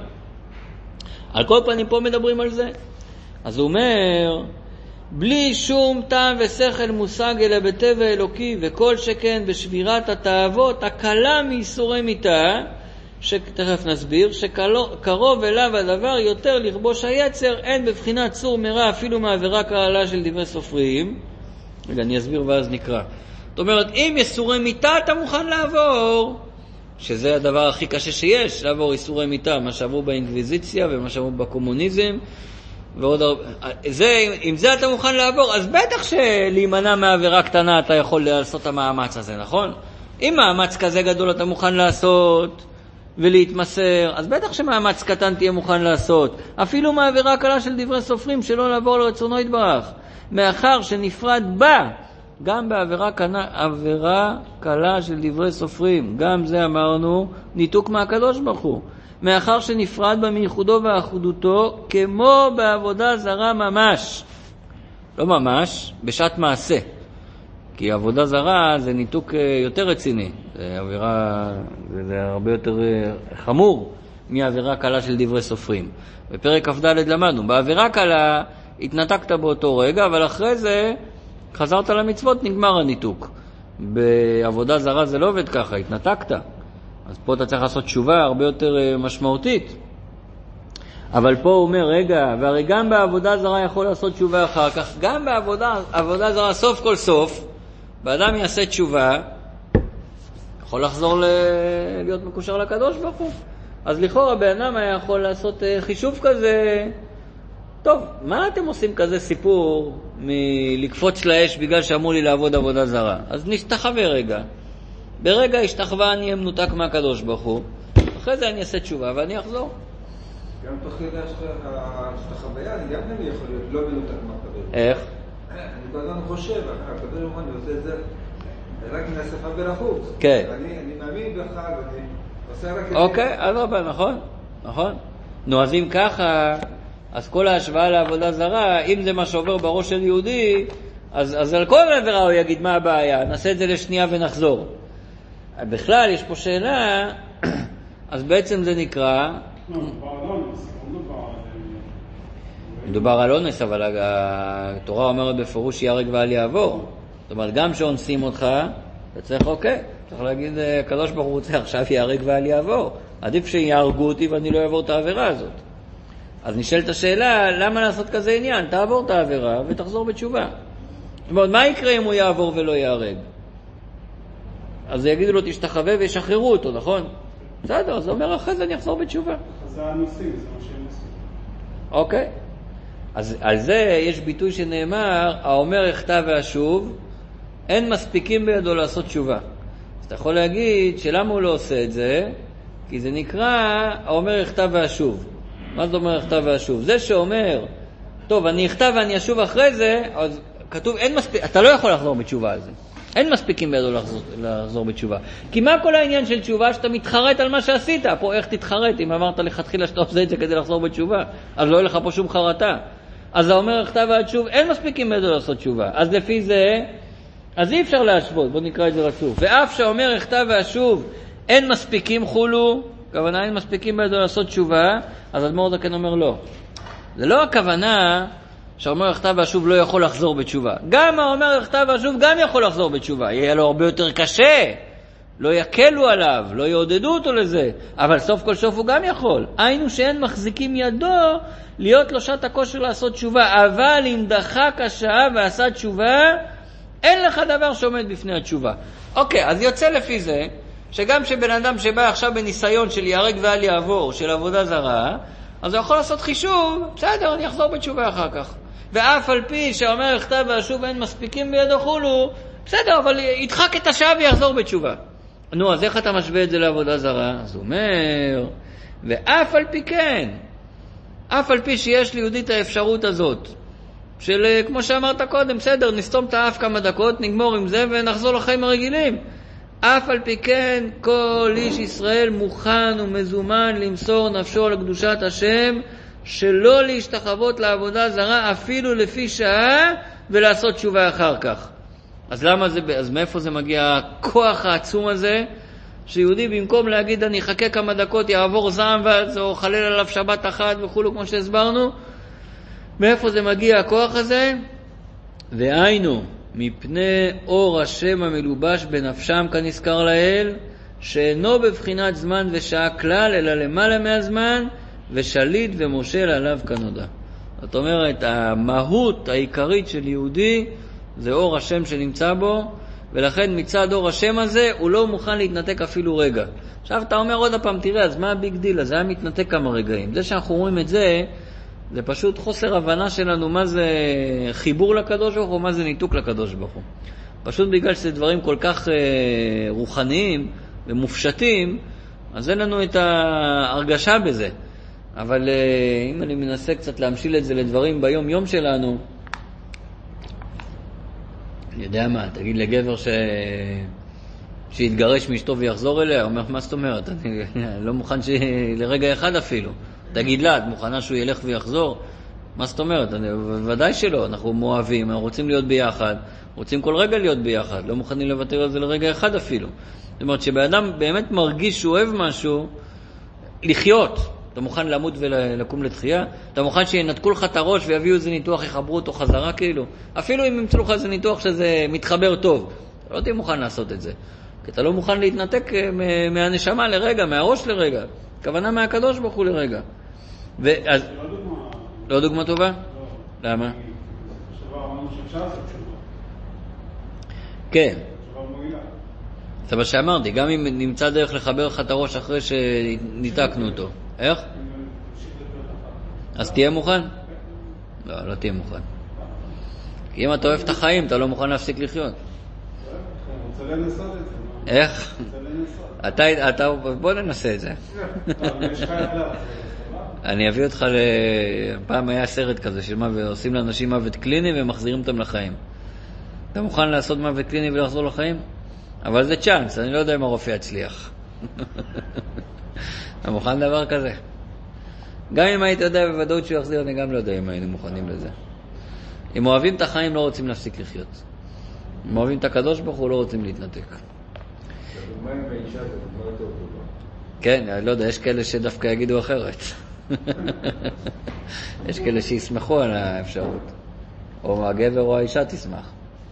על כל פנים פה מדברים על זה. אז הוא אומר, בלי שום טעם ושכל מושג אלא בטבע אלוקי, וכל שכן בשבירת התאוות, הקלה מייסורי מיתה, שתכף נסביר, שקרוב אליו הדבר יותר לכבוש היצר, אין בבחינת צור מרע אפילו מעבירה קלה של דברי סופרים. רגע, אני אסביר ואז נקרא. זאת אומרת, אם יסורי מיתה אתה מוכן לעבור, שזה הדבר הכי קשה שיש, לעבור יסורי מיתה, מה שעברו באינקוויזיציה ומה שעברו בקומוניזם, ועוד הרבה. זה, אם זה אתה מוכן לעבור, אז בטח שלהימנע מעבירה קטנה אתה יכול לעשות את המאמץ הזה, נכון? אם מאמץ כזה גדול אתה מוכן לעשות ולהתמסר, אז בטח שמאמץ קטן תהיה מוכן לעשות. אפילו מעבירה קלה של דברי סופרים שלא לעבור לרצונו יתברך. מאחר שנפרד בה, גם בעבירה קנה, עבירה קלה של דברי סופרים, גם זה אמרנו, ניתוק מהקדוש ברוך הוא. מאחר שנפרד בה מייחודו ואחדותו, כמו בעבודה זרה ממש. לא ממש, בשעת מעשה. כי עבודה זרה זה ניתוק יותר רציני. זה עבירה, זה הרבה יותר חמור מעבירה קלה של דברי סופרים. בפרק כ"ד למדנו, בעבירה קלה התנתקת באותו רגע, אבל אחרי זה חזרת למצוות, נגמר הניתוק. בעבודה זרה זה לא עובד ככה, התנתקת. אז פה אתה צריך לעשות תשובה הרבה יותר משמעותית. אבל פה הוא אומר, רגע, והרי גם בעבודה זרה יכול לעשות תשובה אחר כך, גם בעבודה עבודה זרה סוף כל סוף, באדם יעשה תשובה, יכול לחזור ל... להיות מקושר לקדוש ברוך הוא. אז לכאורה באדם היה יכול לעשות חישוב כזה, טוב, מה אתם עושים כזה סיפור מלקפוץ לאש בגלל שאמרו לי לעבוד עבודה זרה? אז נשתחווה רגע. ברגע השתחווה אני אהיה מנותק מהקדוש ברוך הוא, אחרי זה אני אעשה תשובה ואני אחזור. גם תוך כדי השתחוויה, אני גם אני יכול להיות לא מנותק מהקדוש. איך? אני כל הזמן חושב, הקדוש ברוך הוא אני עושה את זה רק מן השפה ולחוץ. כן. אני מאמין בך, אוקיי, אז רבה, נכון, נכון. נו, אז אם ככה, אז כל ההשוואה לעבודה זרה, אם זה מה שעובר בראש של יהודי, אז, אז על כל עבירה הוא יגיד מה הבעיה, נעשה את זה לשנייה ונחזור. בכלל, יש פה שאלה, אז בעצם זה נקרא... לא, מדובר על אונס, לא מדובר על... מדובר על אונס, אבל התורה אומרת בפירוש שיהרג ואל יעבור. זאת אומרת, גם שאונסים אותך, אתה צריך, אוקיי, צריך להגיד, הקדוש ברוך הוא רוצה עכשיו יהרג ואל יעבור. עדיף שיהרגו אותי ואני לא אעבור את העבירה הזאת. אז נשאלת השאלה, למה לעשות כזה עניין? תעבור את העבירה ותחזור בתשובה. זאת אומרת, מה יקרה אם הוא יעבור ולא יהרג? אז יגידו לו, תשתחווה וישחררו אותו, נכון? בסדר, אז אומר, אחרי זה אני אחזור בתשובה. אז זה הנושאים, זה מה שהם עושים. אוקיי. אז על זה יש ביטוי שנאמר, האומר יחטא ואשוב, אין מספיקים בידו לעשות תשובה. אז אתה יכול להגיד שלמה הוא לא עושה את זה, כי זה נקרא, האומר יחטא ואשוב. מה זה אומר יחטא ואשוב? זה שאומר, טוב, אני יחטא ואני אשוב אחרי זה, אז כתוב, אין מספיק, אתה לא יכול לחזור בתשובה על זה. אין מספיקים בידו לחזור, לחזור בתשובה. כי מה כל העניין של תשובה? שאתה מתחרט על מה שעשית. פה איך תתחרט? אם אמרת לכתחילה שאתה עושה את זה כדי לחזור בתשובה, אז לא יהיה לך פה שום חרטה. אז האומר יחטא ואשוב, אין מספיקים בידו לעשות תשובה. אז לפי זה, אז אי אפשר להשוות. בוא נקרא את זה רצוף. ואף שאומר יחטא ואשוב, אין מספיקים חולו, הכוונה אין מספיקים בידו לעשות תשובה, אז אדמו"ר זקן אומר לא. זה לא הכוונה שהאומר יחטא ואשוב לא יכול לחזור בתשובה. גם האומר יחטא ואשוב גם יכול לחזור בתשובה. יהיה לו הרבה יותר קשה. לא יקלו עליו, לא יעודדו אותו לזה. אבל סוף כל סוף הוא גם יכול. היינו שאין מחזיקים ידו להיות לו שעת הכושר לעשות תשובה. אבל אם דחק השעה ועשה תשובה, אין לך דבר שעומד בפני התשובה. אוקיי, אז יוצא לפי זה, שגם שבן אדם שבא עכשיו בניסיון של יהרג ואל יעבור, של עבודה זרה, אז הוא יכול לעשות חישוב, בסדר, אני אחזור בתשובה אחר כך. ואף על פי שאומר יחטא ואשוב אין מספיקים בידו חולו, בסדר, אבל ידחק את השעה ויחזור בתשובה. נו, אז איך אתה משווה את זה לעבודה זרה? אז הוא אומר, ואף על פי כן, אף על פי שיש ליהודי את האפשרות הזאת, של כמו שאמרת קודם, בסדר, נסתום את האף כמה דקות, נגמור עם זה ונחזור לחיים הרגילים. אף על פי כן, כל איש ישראל מוכן ומזומן למסור נפשו לקדושת השם, שלא להשתחוות לעבודה זרה אפילו לפי שעה ולעשות תשובה אחר כך. אז למה זה, אז מאיפה זה מגיע הכוח העצום הזה, שיהודי במקום להגיד אני אחכה כמה דקות יעבור זעם ואז או חלל עליו שבת אחת וכולו כמו שהסברנו, מאיפה זה מגיע הכוח הזה? והיינו מפני אור השם המלובש בנפשם כנזכר לאל, שאינו בבחינת זמן ושעה כלל אלא למעלה מהזמן, ושליט ומושל עליו כנודע. זאת אומרת, המהות העיקרית של יהודי זה אור השם שנמצא בו, ולכן מצד אור השם הזה הוא לא מוכן להתנתק אפילו רגע. עכשיו אתה אומר עוד הפעם, תראה, אז מה הביג דיל? אז זה היה מתנתק כמה רגעים. זה שאנחנו רואים את זה, זה פשוט חוסר הבנה שלנו מה זה חיבור לקדוש ברוך הוא, מה זה ניתוק לקדוש ברוך הוא. פשוט בגלל שזה דברים כל כך אה, רוחניים ומופשטים, אז אין לנו את ההרגשה בזה. אבל אה, אם אני מנסה קצת להמשיל את זה לדברים ביום יום שלנו, אני יודע מה, תגיד לגבר ש... שיתגרש מאשתו ויחזור אליה, הוא אומר, מה זאת אומרת? אני לא מוכן ש... לרגע אחד אפילו. תגיד לה, את מוכנה שהוא ילך ויחזור? מה זאת אומרת? אני... ודאי שלא, אנחנו מואבים, אנחנו רוצים להיות ביחד, רוצים כל רגע להיות ביחד, לא מוכנים לוותר על זה לרגע אחד אפילו. זאת אומרת, שבאדם באמת מרגיש שהוא אוהב משהו, לחיות. אתה מוכן למות ולקום לתחייה? אתה מוכן שינתקו לך את הראש ויביאו איזה ניתוח, יחברו אותו חזרה כאילו? אפילו אם ימצאו לך איזה ניתוח שזה מתחבר טוב, אתה לא תהיה מוכן לעשות את זה. כי אתה לא מוכן להתנתק מהנשמה לרגע, מהראש לרגע. כוונה מהקדוש ברוך הוא לרגע. ואז... לא דוגמה... לא דוגמה טובה? לא. למה? שבא אמרנו שאפשר לעשות תשובה. כן. תשובה מועילה. זה מה שאמרתי, גם אם נמצא דרך לחבר לך את הראש אחרי שניתקנו אותו. איך? אז תהיה מוכן? לא, לא תהיה מוכן. אם אתה אוהב את החיים, אתה לא מוכן להפסיק לחיות. רוצה לנסות את זה. איך? רוצה לנסות. אתה, אתה, בוא ננסה את זה. אני אביא אותך ל... פעם היה סרט כזה של מה, ועושים לאנשים מוות קליני ומחזירים אותם לחיים. אתה מוכן לעשות מוות קליני ולחזור לחיים? אבל זה צ'אנס, אני לא יודע אם הרופא יצליח. אתה מוכן דבר כזה? גם אם היית יודע בוודאות שהוא יחזיר, אני גם לא יודע אם היינו מוכנים לזה. אם אוהבים את החיים, לא רוצים להפסיק לחיות. אם אוהבים את הקדוש ברוך הוא, לא רוצים להתנתק. מה עם האישה, זה דוגמה יותר טובה. כן, אני לא יודע, יש כאלה שדווקא יגידו אחרת. יש כאלה שישמחו על האפשרות. או הגבר או האישה תשמח.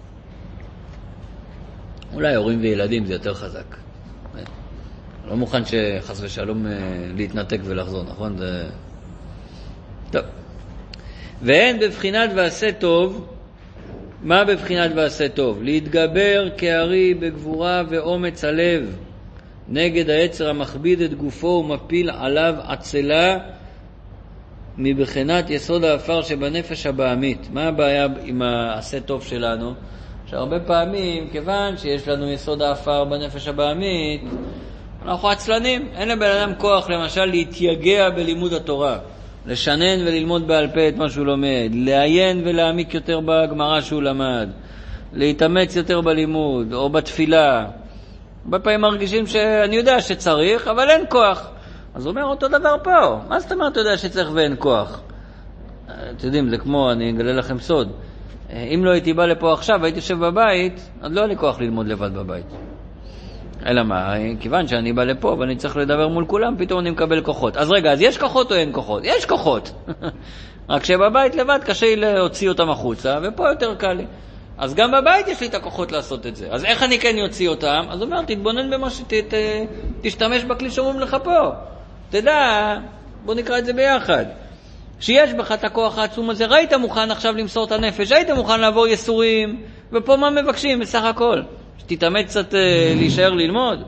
אולי הורים וילדים זה יותר חזק. לא מוכן שחס ושלום להתנתק ולחזור, נכון? זה... טוב. ואין בבחינת ועשה טוב, מה בבחינת ועשה טוב? להתגבר כארי בגבורה ואומץ הלב, נגד היצר המכביד את גופו ומפיל עליו עצלה, מבחינת יסוד האפר שבנפש הבעמית. מה הבעיה עם העשה טוב שלנו? שהרבה פעמים, כיוון שיש לנו יסוד האפר בנפש הבעמית, אנחנו עצלנים. אין לבן אדם כוח למשל להתייגע בלימוד התורה, לשנן וללמוד בעל פה את מה שהוא לומד, לעיין ולהעמיק יותר בגמרא שהוא למד, להתאמץ יותר בלימוד או בתפילה. הרבה פעמים מרגישים שאני יודע שצריך, אבל אין כוח. אז הוא אומר אותו דבר פה. מה זאת אומרת אתה יודע שצריך ואין כוח? אתם יודעים, זה כמו, אני אגלה לכם סוד. אם לא הייתי בא לפה עכשיו, הייתי יושב בבית, אז לא היה לי כוח ללמוד לבד בבית. אלא מה? כיוון שאני בא לפה ואני צריך לדבר מול כולם, פתאום אני מקבל כוחות. אז רגע, אז יש כוחות או אין כוחות? יש כוחות. רק שבבית לבד קשה לי להוציא אותם החוצה, ופה יותר קל לי. אז גם בבית יש לי את הכוחות לעשות את זה. אז איך אני כן יוציא אותם? אז הוא אומר, תתבונן במה שת... תשתמש בכלי שאומרים לך פה. תדע, בוא נקרא את זה ביחד. שיש בך את הכוח העצום הזה, ראית מוכן עכשיו למסור את הנפש, היית מוכן לעבור יסורים, ופה מה מבקשים בסך הכל? שתתאמץ קצת אה, להישאר ללמוד.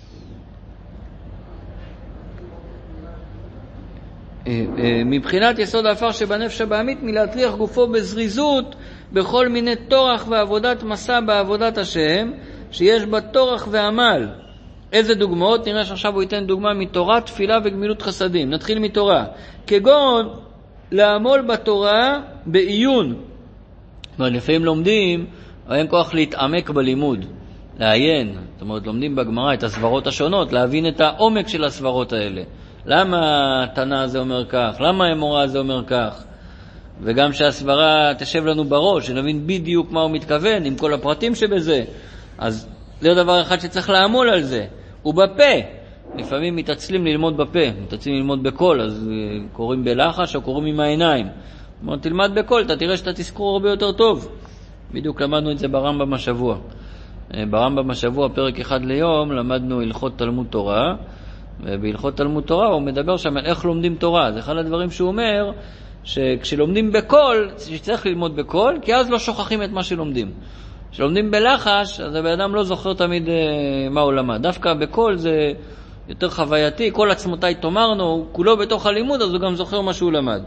אה, אה, מבחינת יסוד האפר שבנפש הבעמית, מלהטריח גופו בזריזות, בכל מיני תורח ועבודת מסע בעבודת השם, שיש בה תורח ועמל. איזה דוגמאות? נראה שעכשיו הוא ייתן דוגמה מתורה, תפילה וגמילות חסדים. נתחיל מתורה. כגון לעמול בתורה בעיון. לפעמים לומדים, אין כוח להתעמק בלימוד, לעיין. זאת אומרת, לומדים בגמרא את הסברות השונות, להבין את העומק של הסברות האלה. למה התנא הזה אומר כך? למה האמורה הזה אומר כך? וגם שהסברה תשב לנו בראש, שנבין בדיוק מה הוא מתכוון, עם כל הפרטים שבזה. אז זה דבר אחד שצריך לעמול על זה. ובפה, לפעמים מתעצלים ללמוד בפה, מתעצלים ללמוד בקול, אז קוראים בלחש או קוראים עם העיניים. זאת אומרת, תלמד בקול, אתה תראה שאתה תזכור הרבה יותר טוב. בדיוק למדנו את זה ברמב"ם השבוע. ברמב"ם השבוע, פרק אחד ליום, למדנו הלכות תלמוד תורה, ובהלכות תלמוד תורה הוא מדבר שם על איך לומדים תורה. זה אחד הדברים שהוא אומר, שכשלומדים בקול, שצריך ללמוד בקול, כי אז לא שוכחים את מה שלומדים. כשלומדים בלחש, אז הבן אדם לא זוכר תמיד אה, מה הוא למד. דווקא בקול זה יותר חווייתי, כל עצמותיי תאמרנו, הוא כולו בתוך הלימוד, אז הוא גם זוכר מה שהוא למד.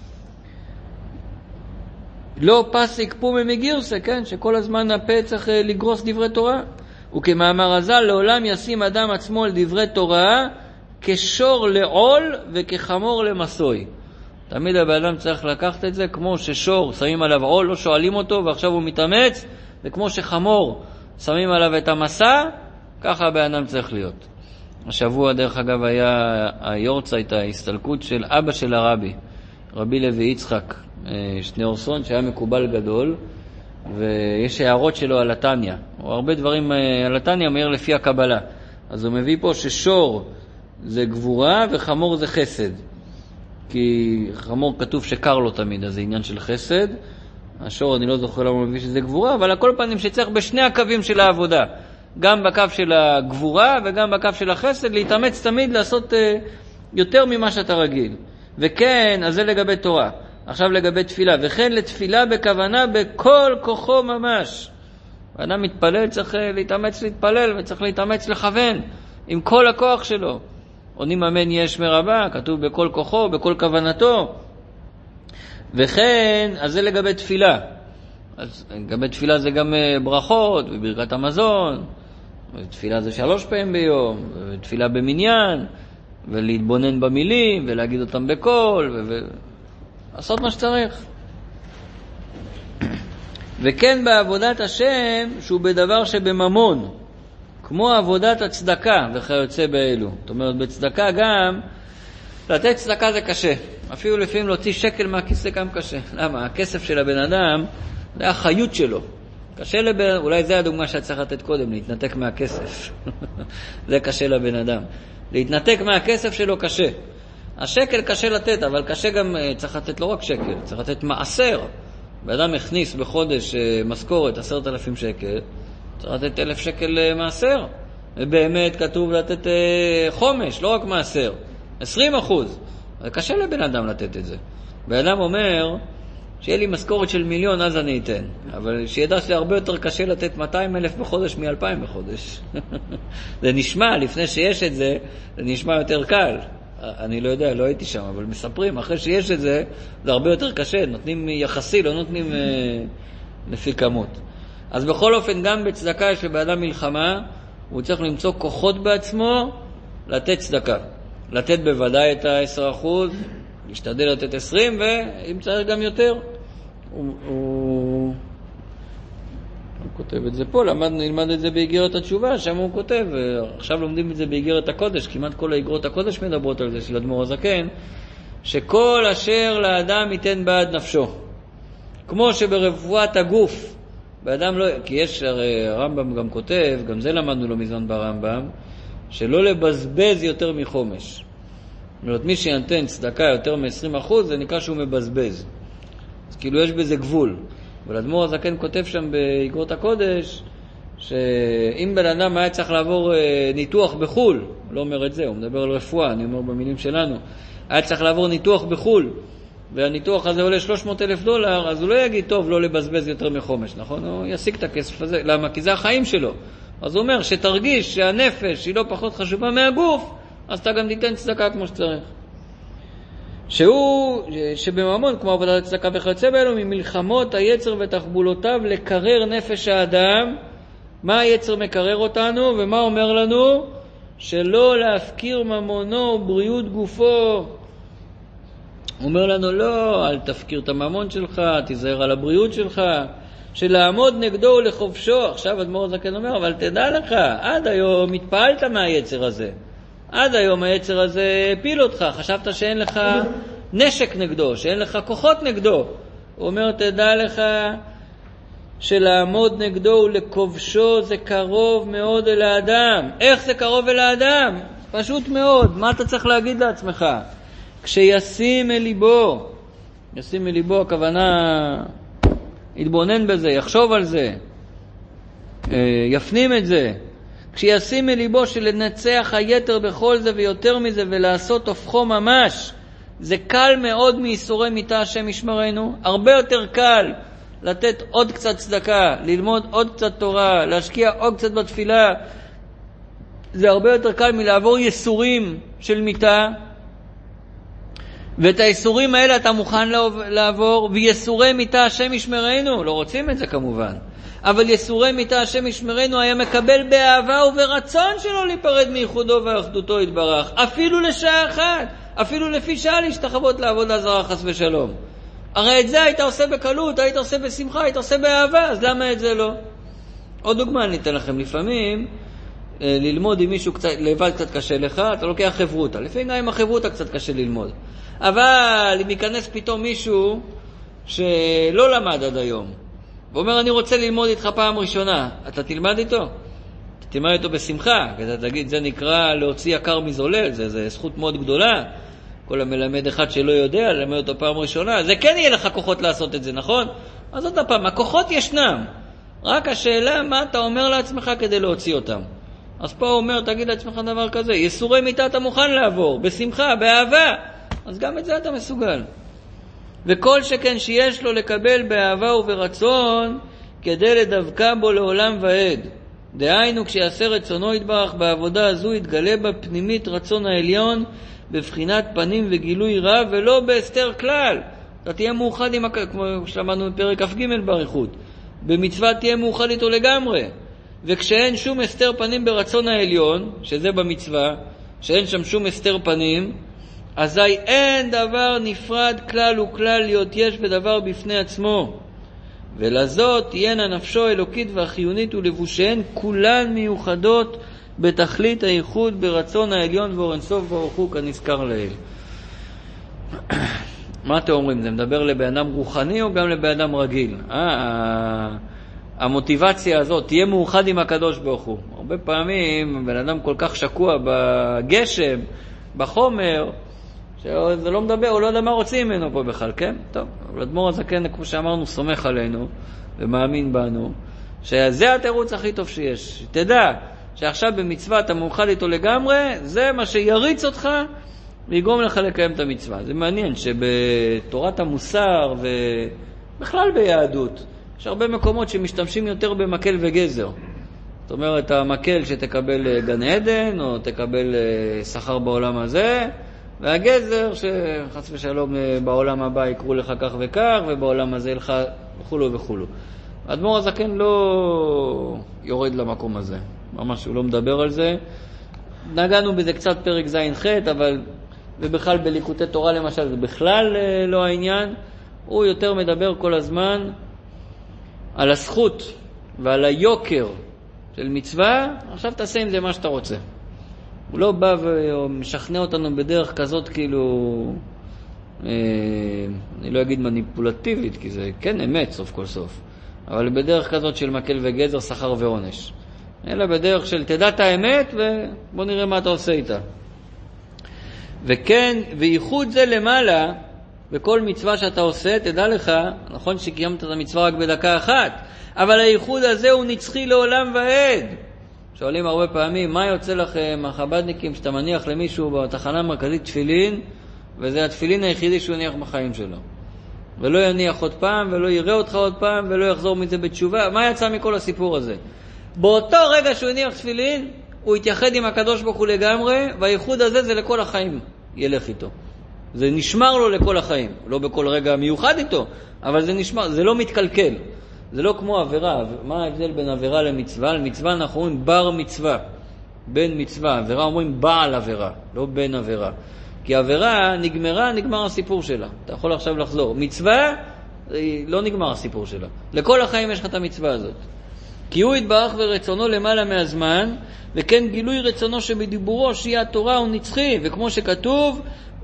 לא פסיק פומי מגירסה, כן? שכל הזמן הפה צריך אה, לגרוס דברי תורה. וכמאמר הז"ל, לעולם ישים אדם עצמו על דברי תורה, כשור לעול וכחמור למסוי. תמיד הבן אדם צריך לקחת את זה, כמו ששור שמים עליו עול, לא שואלים אותו, ועכשיו הוא מתאמץ, וכמו שחמור שמים עליו את המסע, ככה הבן אדם צריך להיות. השבוע דרך אגב היה היורצייט, ההסתלקות של אבא של הרבי, רבי לוי יצחק שניאורסון, שהיה מקובל גדול, ויש הערות שלו על התניא, או הרבה דברים על התניא מאיר לפי הקבלה. אז הוא מביא פה ששור זה גבורה וחמור זה חסד. כי חמור כתוב שקר לו תמיד, אז זה עניין של חסד. השור אני לא זוכר למה הוא מביא שזה גבורה, אבל הכל פנים שצריך בשני הקווים של העבודה. גם בקו של הגבורה וגם בקו של החסד, להתאמץ תמיד לעשות uh, יותר ממה שאתה רגיל. וכן, אז זה לגבי תורה. עכשיו לגבי תפילה. וכן לתפילה בכוונה בכל כוחו ממש. האדם מתפלל, צריך להתאמץ להתפלל וצריך להתאמץ לכוון עם כל הכוח שלו. עונים אמן יש מרבה, כתוב בכל כוחו, בכל כוונתו. וכן, אז זה לגבי תפילה. אז לגבי תפילה זה גם ברכות וברכת המזון. תפילה זה שלוש פעמים ביום, ותפילה במניין, ולהתבונן במילים, ולהגיד אותם בקול, ולעשות מה שצריך. וכן בעבודת השם, שהוא בדבר שבממון, כמו עבודת הצדקה וכיוצא באלו. זאת אומרת, בצדקה גם, לתת צדקה זה קשה. אפילו לפעמים להוציא שקל מהכיס זה גם קשה. למה? הכסף של הבן אדם, זה החיות שלו. קשה לבן, אולי זה הדוגמה שאת צריך לתת קודם, להתנתק מהכסף. זה קשה לבן אדם. להתנתק מהכסף שלו קשה. השקל קשה לתת, אבל קשה גם, צריך לתת לא רק שקל, צריך לתת מעשר. באדם הכניס בחודש משכורת עשרת אלפים שקל, צריך לתת אלף שקל מעשר. ובאמת כתוב לתת חומש, לא רק מעשר. עשרים אחוז. זה קשה לבן אדם לתת את זה. בן אדם אומר, שיהיה לי משכורת של מיליון, אז אני אתן. אבל שידע שזה הרבה יותר קשה לתת מאתיים אלף בחודש מ-אלפיים בחודש. זה נשמע, לפני שיש את זה, זה נשמע יותר קל. אני לא יודע, לא הייתי שם, אבל מספרים, אחרי שיש את זה, זה הרבה יותר קשה. נותנים יחסי, לא נותנים אה, לפי כמות. אז בכל אופן, גם בצדקה יש לבאדם מלחמה, הוא צריך למצוא כוחות בעצמו, לתת צדקה. לתת בוודאי את ה-עשרה אחוז, להשתדל לתת עשרים, ואם צריך גם יותר. הוא, הוא... הוא כותב את זה פה, למד, נלמד את זה באיגרת התשובה, שם הוא כותב, עכשיו לומדים את זה באיגרת הקודש, כמעט כל האיגרות הקודש מדברות על זה, של אדמו"ר הזקן, שכל אשר לאדם ייתן בעד נפשו. כמו שברפואת הגוף, באדם לא, כי יש, הרי הרמב"ם גם כותב, גם זה למדנו לא מזמן ברמב"ם, שלא לבזבז יותר מחומש. זאת אומרת, מי שינתן צדקה יותר מ-עשרים אחוז, זה נקרא שהוא מבזבז. אז כאילו יש בזה גבול. אבל אדמו"ר הזקן כותב שם באיגרות הקודש, שאם בן אדם היה צריך לעבור ניתוח בחול, הוא לא אומר את זה, הוא מדבר על רפואה, אני אומר במילים שלנו, היה צריך לעבור ניתוח בחול, והניתוח הזה עולה שלוש מאות אלף דולר, אז הוא לא יגיד, טוב, לא לבזבז יותר מחומש, נכון? הוא ישיג את הכסף הזה. למה? כי זה החיים שלו. אז הוא אומר, שתרגיש שהנפש היא לא פחות חשובה מהגוף, אז אתה גם תיתן צדקה כמו שצריך. שהוא, שבממון, כמו עבודת הצדקה וכיוצא באלו, ממלחמות היצר ותחבולותיו לקרר נפש האדם. מה היצר מקרר אותנו, ומה אומר לנו? שלא להפקיר ממונו ובריאות גופו. הוא אומר לנו, לא, אל תפקיר את הממון שלך, תיזהר על הבריאות שלך. שלעמוד נגדו ולחופשו. עכשיו אדמו"ר הזקן אומר, אבל תדע לך, עד היום התפעלת מהיצר הזה. עד היום היצר הזה הפיל אותך, חשבת שאין לך נשק נגדו, שאין לך כוחות נגדו. הוא אומר, תדע לך שלעמוד נגדו ולכובשו זה קרוב מאוד אל האדם. איך זה קרוב אל האדם? פשוט מאוד. מה אתה צריך להגיד לעצמך? כשישים אל ליבו, ישים אל ליבו, הכוונה יתבונן בזה, יחשוב על זה, יפנים את זה. כשישים אל ליבו שלנצח היתר בכל זה ויותר מזה ולעשות הופכו ממש, זה קל מאוד מייסורי מיתה השם ישמרנו. הרבה יותר קל לתת עוד קצת צדקה, ללמוד עוד קצת תורה, להשקיע עוד קצת בתפילה. זה הרבה יותר קל מלעבור ייסורים של מיתה, ואת הייסורים האלה אתה מוכן לעבור, וייסורי מיתה השם ישמרנו, לא רוצים את זה כמובן, אבל ייסורי מיתה השם ישמרנו היה מקבל באהבה וברצון שלו להיפרד מייחודו ואחדותו יתברך, אפילו לשעה אחת, אפילו לפי שעה להשתחוות לעבודה זרה חס ושלום. הרי את זה היית עושה בקלות, היית עושה בשמחה, היית עושה באהבה, אז למה את זה לא? עוד דוגמה אני אתן לכם. לפעמים ללמוד עם מישהו קצת, לבד קצת קשה לך, אתה לוקח חברותה. לפעמים גם עם החברותה קצת קשה ללמוד. אבל אם ייכנס פתאום מישהו שלא למד עד היום, ואומר אני רוצה ללמוד איתך פעם ראשונה, אתה תלמד איתו? אתה תלמד איתו בשמחה, כי אתה תגיד זה נקרא להוציא יקר מזולל, זה, זה זכות מאוד גדולה. כל המלמד אחד שלא יודע, ללמד אותו פעם ראשונה, זה כן יהיה לך כוחות לעשות את זה, נכון? אז עוד פעם, הכוחות ישנם. רק השאלה מה אתה אומר לעצמך כדי להוציא אותם. אז פה הוא אומר, תגיד לעצמך דבר כזה, ייסורי מיתה אתה מוכן לעבור, בשמחה, באהבה. אז גם את זה אתה מסוגל. וכל שכן שיש לו לקבל באהבה וברצון, כדי לדבקה בו לעולם ועד. דהיינו, כשיעשה רצונו יתברך בעבודה הזו, יתגלה בפנימית רצון העליון, בבחינת פנים וגילוי רב, ולא בהסתר כלל. אתה תהיה מאוחד עם, כמו שלמדנו בפרק כ"ג באריכות. במצווה תהיה מאוחד איתו לגמרי. וכשאין שום הסתר פנים ברצון העליון, שזה במצווה, שאין שם שום הסתר פנים, אזי אין דבר נפרד כלל וכלל להיות יש בדבר בפני עצמו. ולזאת תהיינה נפשו אלוקית והחיונית ולבושיהן כולן מיוחדות בתכלית הייחוד ברצון העליון ואור אינסוף ברוך הוא כנזכר לעיל. מה אתם אומרים? זה מדבר לבן אדם רוחני או גם לבן אדם רגיל? אה, המוטיבציה הזאת, תהיה מאוחד עם הקדוש ברוך הוא. הרבה פעמים בן אדם כל כך שקוע בגשם, בחומר, שזה לא מדבר, הוא לא יודע מה רוצים ממנו פה בכלל, כן? טוב, אבל אדמו"ר הזקן, כמו שאמרנו, סומך עלינו ומאמין בנו, שזה התירוץ הכי טוב שיש. תדע שעכשיו במצווה אתה מאוחד איתו לגמרי, זה מה שיריץ אותך ויגרום לך לקיים את המצווה. זה מעניין שבתורת המוסר ובכלל ביהדות, יש הרבה מקומות שמשתמשים יותר במקל וגזר. זאת אומרת, המקל שתקבל גן עדן או תקבל שכר בעולם הזה, והגזר שחס ושלום בעולם הבא יקרו לך כך וכך, ובעולם הזה לך וכולו וכולו. האדמו"ר הזקן לא יורד למקום הזה. ממש הוא לא מדבר על זה. נגענו בזה קצת פרק זין ח', אבל ובכלל בליקוטי תורה למשל זה בכלל לא העניין. הוא יותר מדבר כל הזמן על הזכות ועל היוקר של מצווה. עכשיו תעשה עם זה מה שאתה רוצה. הוא לא בא ומשכנע אותנו בדרך כזאת כאילו, אה, אני לא אגיד מניפולטיבית, כי זה כן אמת סוף כל סוף, אבל בדרך כזאת של מקל וגזר, שכר ועונש. אלא בדרך של תדע את האמת ובוא נראה מה אתה עושה איתה. וכן, וייחוד זה למעלה, בכל מצווה שאתה עושה, תדע לך, נכון שקיימת את המצווה רק בדקה אחת, אבל הייחוד הזה הוא נצחי לעולם ועד. שואלים הרבה פעמים, מה יוצא לכם החבדניקים שאתה מניח למישהו בתחנה המרכזית תפילין, וזה התפילין היחידי שהוא יניח בחיים שלו. ולא יניח עוד פעם, ולא יראה אותך עוד פעם, ולא יחזור מזה בתשובה. מה יצא מכל הסיפור הזה? באותו רגע שהוא יניח תפילין, הוא יתייחד עם הקדוש ברוך הוא לגמרי, והייחוד הזה זה לכל החיים ילך איתו. זה נשמר לו לכל החיים. לא בכל רגע מיוחד איתו, אבל זה נשמר, זה לא מתקלקל. זה לא כמו עבירה. מה ההבדל בין עבירה למצווה? למצווה אנחנו אומרים בר מצווה, בן מצווה. עבירה אומרים בעל עבירה, לא בן עבירה. כי עבירה נגמרה, נגמר הסיפור שלה. אתה יכול עכשיו לחזור. מצווה, לא נגמר הסיפור שלה. לכל החיים יש לך את המצווה הזאת. כי הוא יתברך ורצונו למעלה מהזמן, וכן גילוי רצונו שבדיבורו שהיא התורה הוא נצחי, וכמו שכתוב,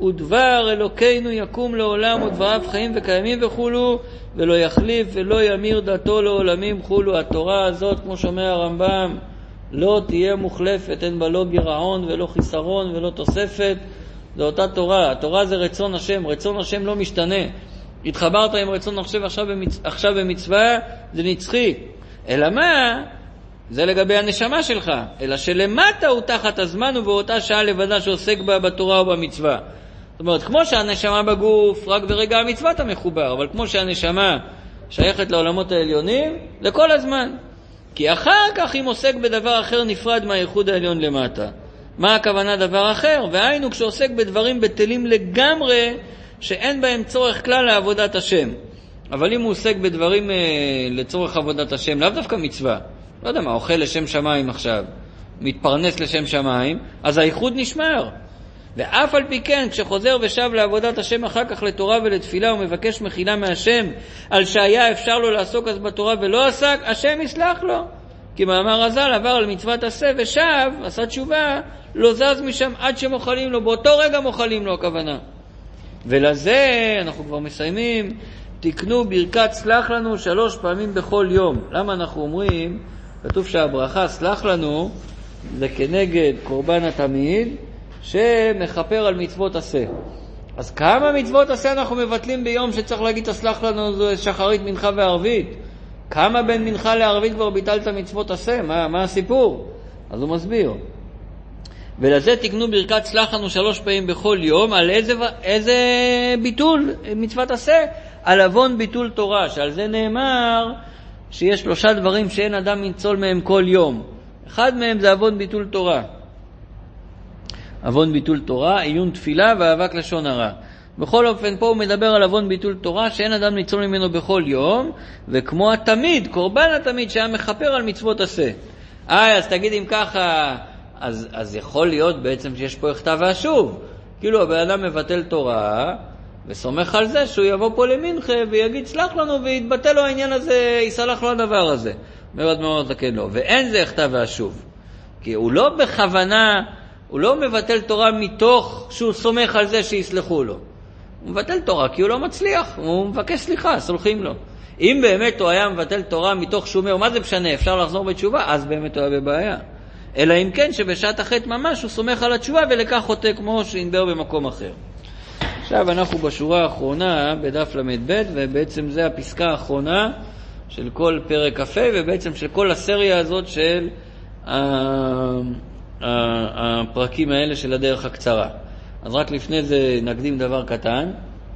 ודבר אלוקינו יקום לעולם ודבריו חיים וקיימים וכולו, ולא יחליף ולא ימיר דתו לעולמים כולו. התורה הזאת, כמו שאומר הרמב"ם, לא תהיה מוחלפת, אין בה לא גירעון ולא חיסרון ולא תוספת. זו אותה תורה. התורה זה רצון השם, רצון השם לא משתנה. התחברת עם רצון עכשיו, עכשיו, במצ... עכשיו במצווה, זה נצחי. אלא מה? זה לגבי הנשמה שלך. אלא שלמטה הוא תחת הזמן ובאותה שעה לבדה שעוסק בה בתורה או במצווה. זאת אומרת, כמו שהנשמה בגוף, רק ברגע המצווה אתה מחובר, אבל כמו שהנשמה שייכת לעולמות העליונים, לכל הזמן. כי אחר כך אם עוסק בדבר אחר נפרד מהייחוד העליון למטה. מה הכוונה דבר אחר? והיינו כשעוסק בדברים בטלים לגמרי, שאין בהם צורך כלל לעבודת השם. אבל אם הוא עוסק בדברים אה, לצורך עבודת השם, לאו דווקא מצווה, לא יודע מה, אוכל לשם שמיים עכשיו, מתפרנס לשם שמיים, אז הייחוד נשמר. ואף על פי כן, כשחוזר ושב לעבודת השם אחר כך לתורה ולתפילה, הוא מבקש מחילה מהשם, על שהיה אפשר לו לעסוק אז בתורה ולא עסק, השם יסלח לו. כי מאמר הזל עבר על מצוות עשה ושב, עשה תשובה, לא זז משם עד שמוכלים לו, באותו רגע מוכלים לו הכוונה. ולזה אנחנו כבר מסיימים, תקנו ברכת סלח לנו שלוש פעמים בכל יום. למה אנחנו אומרים, כתוב שהברכה סלח לנו, זה כנגד קורבן התמיד, שמחפר על מצוות עשה. אז כמה מצוות עשה אנחנו מבטלים ביום שצריך להגיד תסלח לנו, זה שחרית, מנחה וערבית? כמה בין מנחה לערבית כבר ביטלת מצוות עשה? מה, מה הסיפור? אז הוא מסביר. ולזה תקנו ברכת סלח לנו שלוש פעמים בכל יום. על איזה, איזה ביטול מצוות עשה? על אבון ביטול תורה, שעל זה נאמר שיש שלושה דברים שאין אדם ניצול מהם כל יום. אחד מהם זה אבון ביטול תורה. אבון ביטול תורה, עיון תפילה ואבק לשון הרע. בכל אופן פה הוא מדבר על אבון ביטול תורה שאין אדם ניצול ממנו בכל יום, וכמו התמיד, קורבן התמיד שהיה מחפר על מצוות עשה. איי, אז תגיד אם ככה, אז, אז יכול להיות בעצם שיש פה הכתב והשוב. כאילו הבן אדם מבטל תורה, וסומך על זה שהוא יבוא פה למנחה ויגיד סלח לנו ויתבטל לו העניין הזה, יסלח לו הדבר הזה. מאוד מאוד תקן לו. ואין זה יחטא ואשוב. כי הוא לא בכוונה, הוא לא מבטל תורה מתוך שהוא סומך על זה שיסלחו לו. הוא מבטל תורה כי הוא לא מצליח, הוא מבקש סליחה, סולחים לו. אם באמת הוא היה מבטל תורה מתוך שהוא אומר, מה זה משנה, אפשר לחזור בתשובה, אז באמת הוא היה בבעיה. אלא אם כן שבשעת החטא ממש הוא סומך על התשובה ולקח חוטא כמו שינבר במקום אחר. עכשיו אנחנו בשורה האחרונה בדף למד ב', ובעצם זה הפסקה האחרונה של כל פרק כ"ה, ובעצם של כל הסריה הזאת של הפרקים האלה של הדרך הקצרה. אז רק לפני זה נקדים דבר קטן.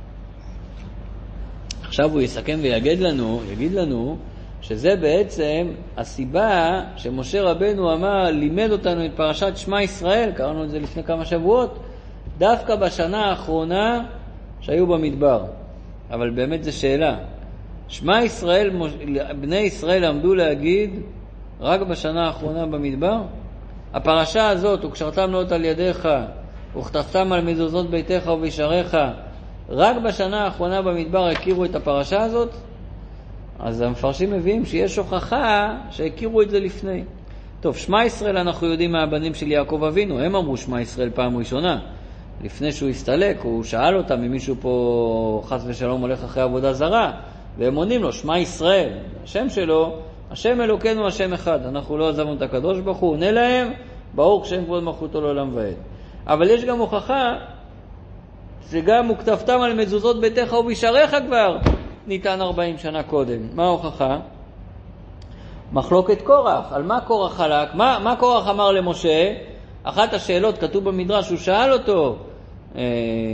עכשיו הוא יסכם ויגיד לנו, יגיד לנו שזה בעצם הסיבה שמשה רבנו אמר, לימד אותנו את פרשת שמע ישראל, קראנו את זה לפני כמה שבועות, דווקא בשנה האחרונה שהיו במדבר. אבל באמת זו שאלה. שמע ישראל, בני ישראל עמדו להגיד רק בשנה האחרונה במדבר? הפרשה הזאת, וקשרתם לאות על ידיך, וכתבתם על מזוזות ביתך ובישעריך, רק בשנה האחרונה במדבר הכירו את הפרשה הזאת? אז המפרשים מביאים שיש הוכחה שהכירו את זה לפני. טוב, שמע ישראל אנחנו יודעים מהבנים של יעקב אבינו, הם אמרו שמע ישראל פעם ראשונה. לפני שהוא הסתלק, הוא שאל אותם אם מישהו פה חס ושלום הולך אחרי עבודה זרה, והם עונים לו, שמע ישראל, השם שלו, השם אלוקינו השם אחד, אנחנו לא עזבנו את הקדוש ברוך הוא, עונה להם, ברוך שם כבוד מלכותו לעולם ועד. אבל יש גם הוכחה שגם וכתבתם על מזוזות ביתך ובישעריך כבר ניתן ארבעים שנה קודם. מה ההוכחה? מחלוקת קורח. על מה קורח חלק? מה, מה קורח אמר למשה? אחת השאלות כתוב במדרש, הוא שאל אותו, אה,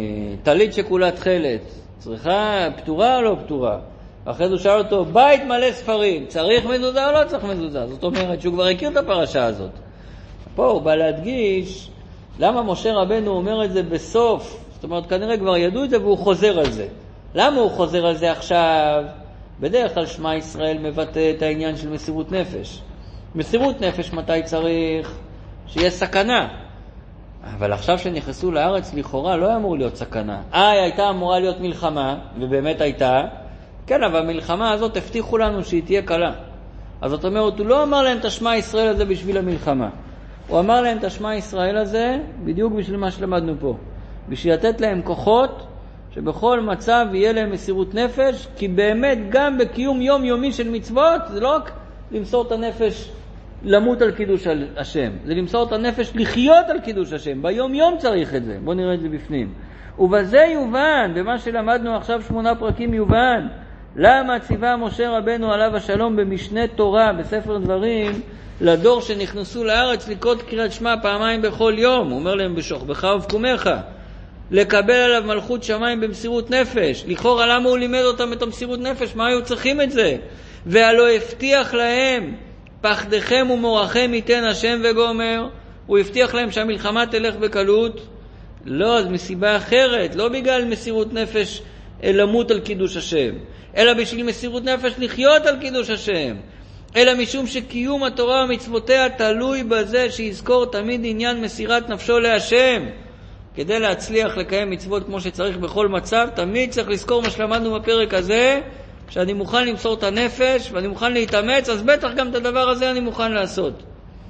תלית שכולה תכלת, צריכה פטורה או לא פטורה? אחרי זה הוא שאל אותו, בית מלא ספרים, צריך מזוזה או לא צריך מזוזה? זאת אומרת שהוא כבר הכיר את הפרשה הזאת. פה הוא בא להדגיש למה משה רבנו אומר את זה בסוף, זאת אומרת כנראה כבר ידעו את זה והוא חוזר על זה. למה הוא חוזר על זה עכשיו? בדרך כלל שמע ישראל מבטא את העניין של מסירות נפש. מסירות נפש מתי צריך? שיש סכנה. אבל עכשיו שנכנסו לארץ לכאורה לא אמור להיות סכנה. אה, הייתה אמורה להיות מלחמה, ובאמת הייתה. כן, אבל המלחמה הזאת הבטיחו לנו שהיא תהיה קלה. אז זאת אומרת, הוא לא אמר להם את השמע ישראל הזה בשביל המלחמה. הוא אמר להם את השמע ישראל הזה בדיוק בשביל מה שלמדנו פה. בשביל לתת להם כוחות שבכל מצב יהיה להם מסירות נפש, כי באמת גם בקיום יום יומי של מצוות, זה לא רק למסור את הנפש למות על קידוש השם, זה למסור את הנפש לחיות על קידוש השם, ביום יום צריך את זה. בואו נראה את זה בפנים. ובזה יובן, במה שלמדנו עכשיו שמונה פרקים יובן, למה ציווה משה רבנו עליו השלום במשנה תורה, בספר דברים, לדור שנכנסו לארץ לקרוא קריאת שמע פעמיים בכל יום. הוא אומר להם בשוכבך ובקומך, לקבל עליו מלכות שמיים במסירות נפש. לכאורה למה הוא לימד אותם את המסירות נפש? מה היו צריכים את זה? והלא הבטיח להם, פחדכם ומורכם ייתן השם וגומר. הוא הבטיח להם שהמלחמה תלך בקלות. לא, אז מסיבה אחרת, לא בגלל מסירות נפש למות על קידוש השם, אלא בשביל מסירות נפש לחיות על קידוש השם, אלא משום שקיום התורה ומצוותיה תלוי בזה שיזכור תמיד עניין מסירת נפשו להשם. כדי להצליח לקיים מצוות כמו שצריך בכל מצב, תמיד צריך לזכור מה שלמדנו בפרק הזה, שאני מוכן למסור את הנפש ואני מוכן להתאמץ, אז בטח גם את הדבר הזה אני מוכן לעשות.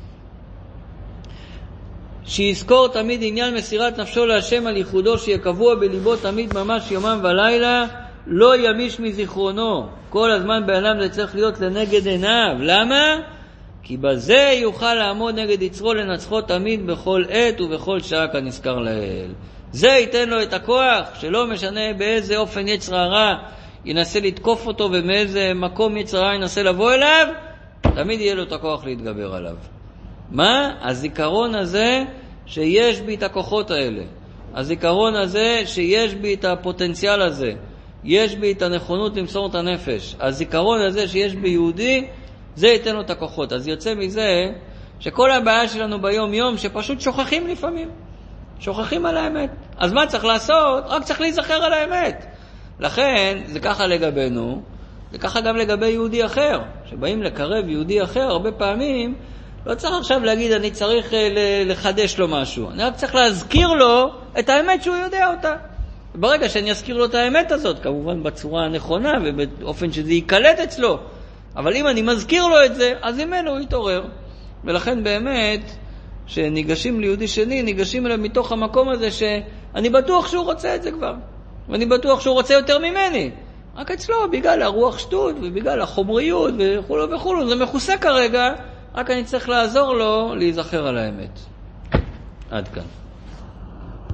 שיזכור תמיד עניין מסירת נפשו להשם על ייחודו, שיהיה קבוע בליבו תמיד ממש יומם ולילה, לא ימיש מזיכרונו. כל הזמן בעולם זה צריך להיות לנגד עיניו. למה? כי בזה יוכל לעמוד נגד יצרו לנצחו תמיד בכל עת ובכל שעה כנזכר לאל. זה ייתן לו את הכוח, שלא משנה באיזה אופן יצר הרע ינסה לתקוף אותו ומאיזה מקום יצר הרע ינסה לבוא אליו, תמיד יהיה לו את הכוח להתגבר עליו. מה? הזיכרון הזה שיש בי את הכוחות האלה, הזיכרון הזה שיש בי את הפוטנציאל הזה, יש בי את הנכונות למסור את הנפש, הזיכרון הזה שיש בי יהודי, זה ייתן לו את הכוחות. אז יוצא מזה שכל הבעיה שלנו ביום יום שפשוט שוכחים לפעמים, שוכחים על האמת. אז מה צריך לעשות? רק צריך להיזכר על האמת. לכן זה ככה לגבינו, זה ככה גם לגבי יהודי אחר, שבאים לקרב יהודי אחר הרבה פעמים לא צריך עכשיו להגיד אני צריך לחדש לו משהו, אני רק צריך להזכיר לו את האמת שהוא יודע אותה. ברגע שאני אזכיר לו את האמת הזאת, כמובן בצורה הנכונה ובאופן שזה ייקלט אצלו, אבל אם אני מזכיר לו את זה, אז ממנו הוא יתעורר. ולכן באמת, שניגשים ליהודי שני, ניגשים אליו מתוך המקום הזה שאני בטוח שהוא רוצה את זה כבר, ואני בטוח שהוא רוצה יותר ממני. רק אצלו, בגלל הרוח שטות ובגלל החומריות וכולו וכולו, זה מכוסה כרגע, רק אני צריך לעזור לו להיזכר על האמת. עד כאן.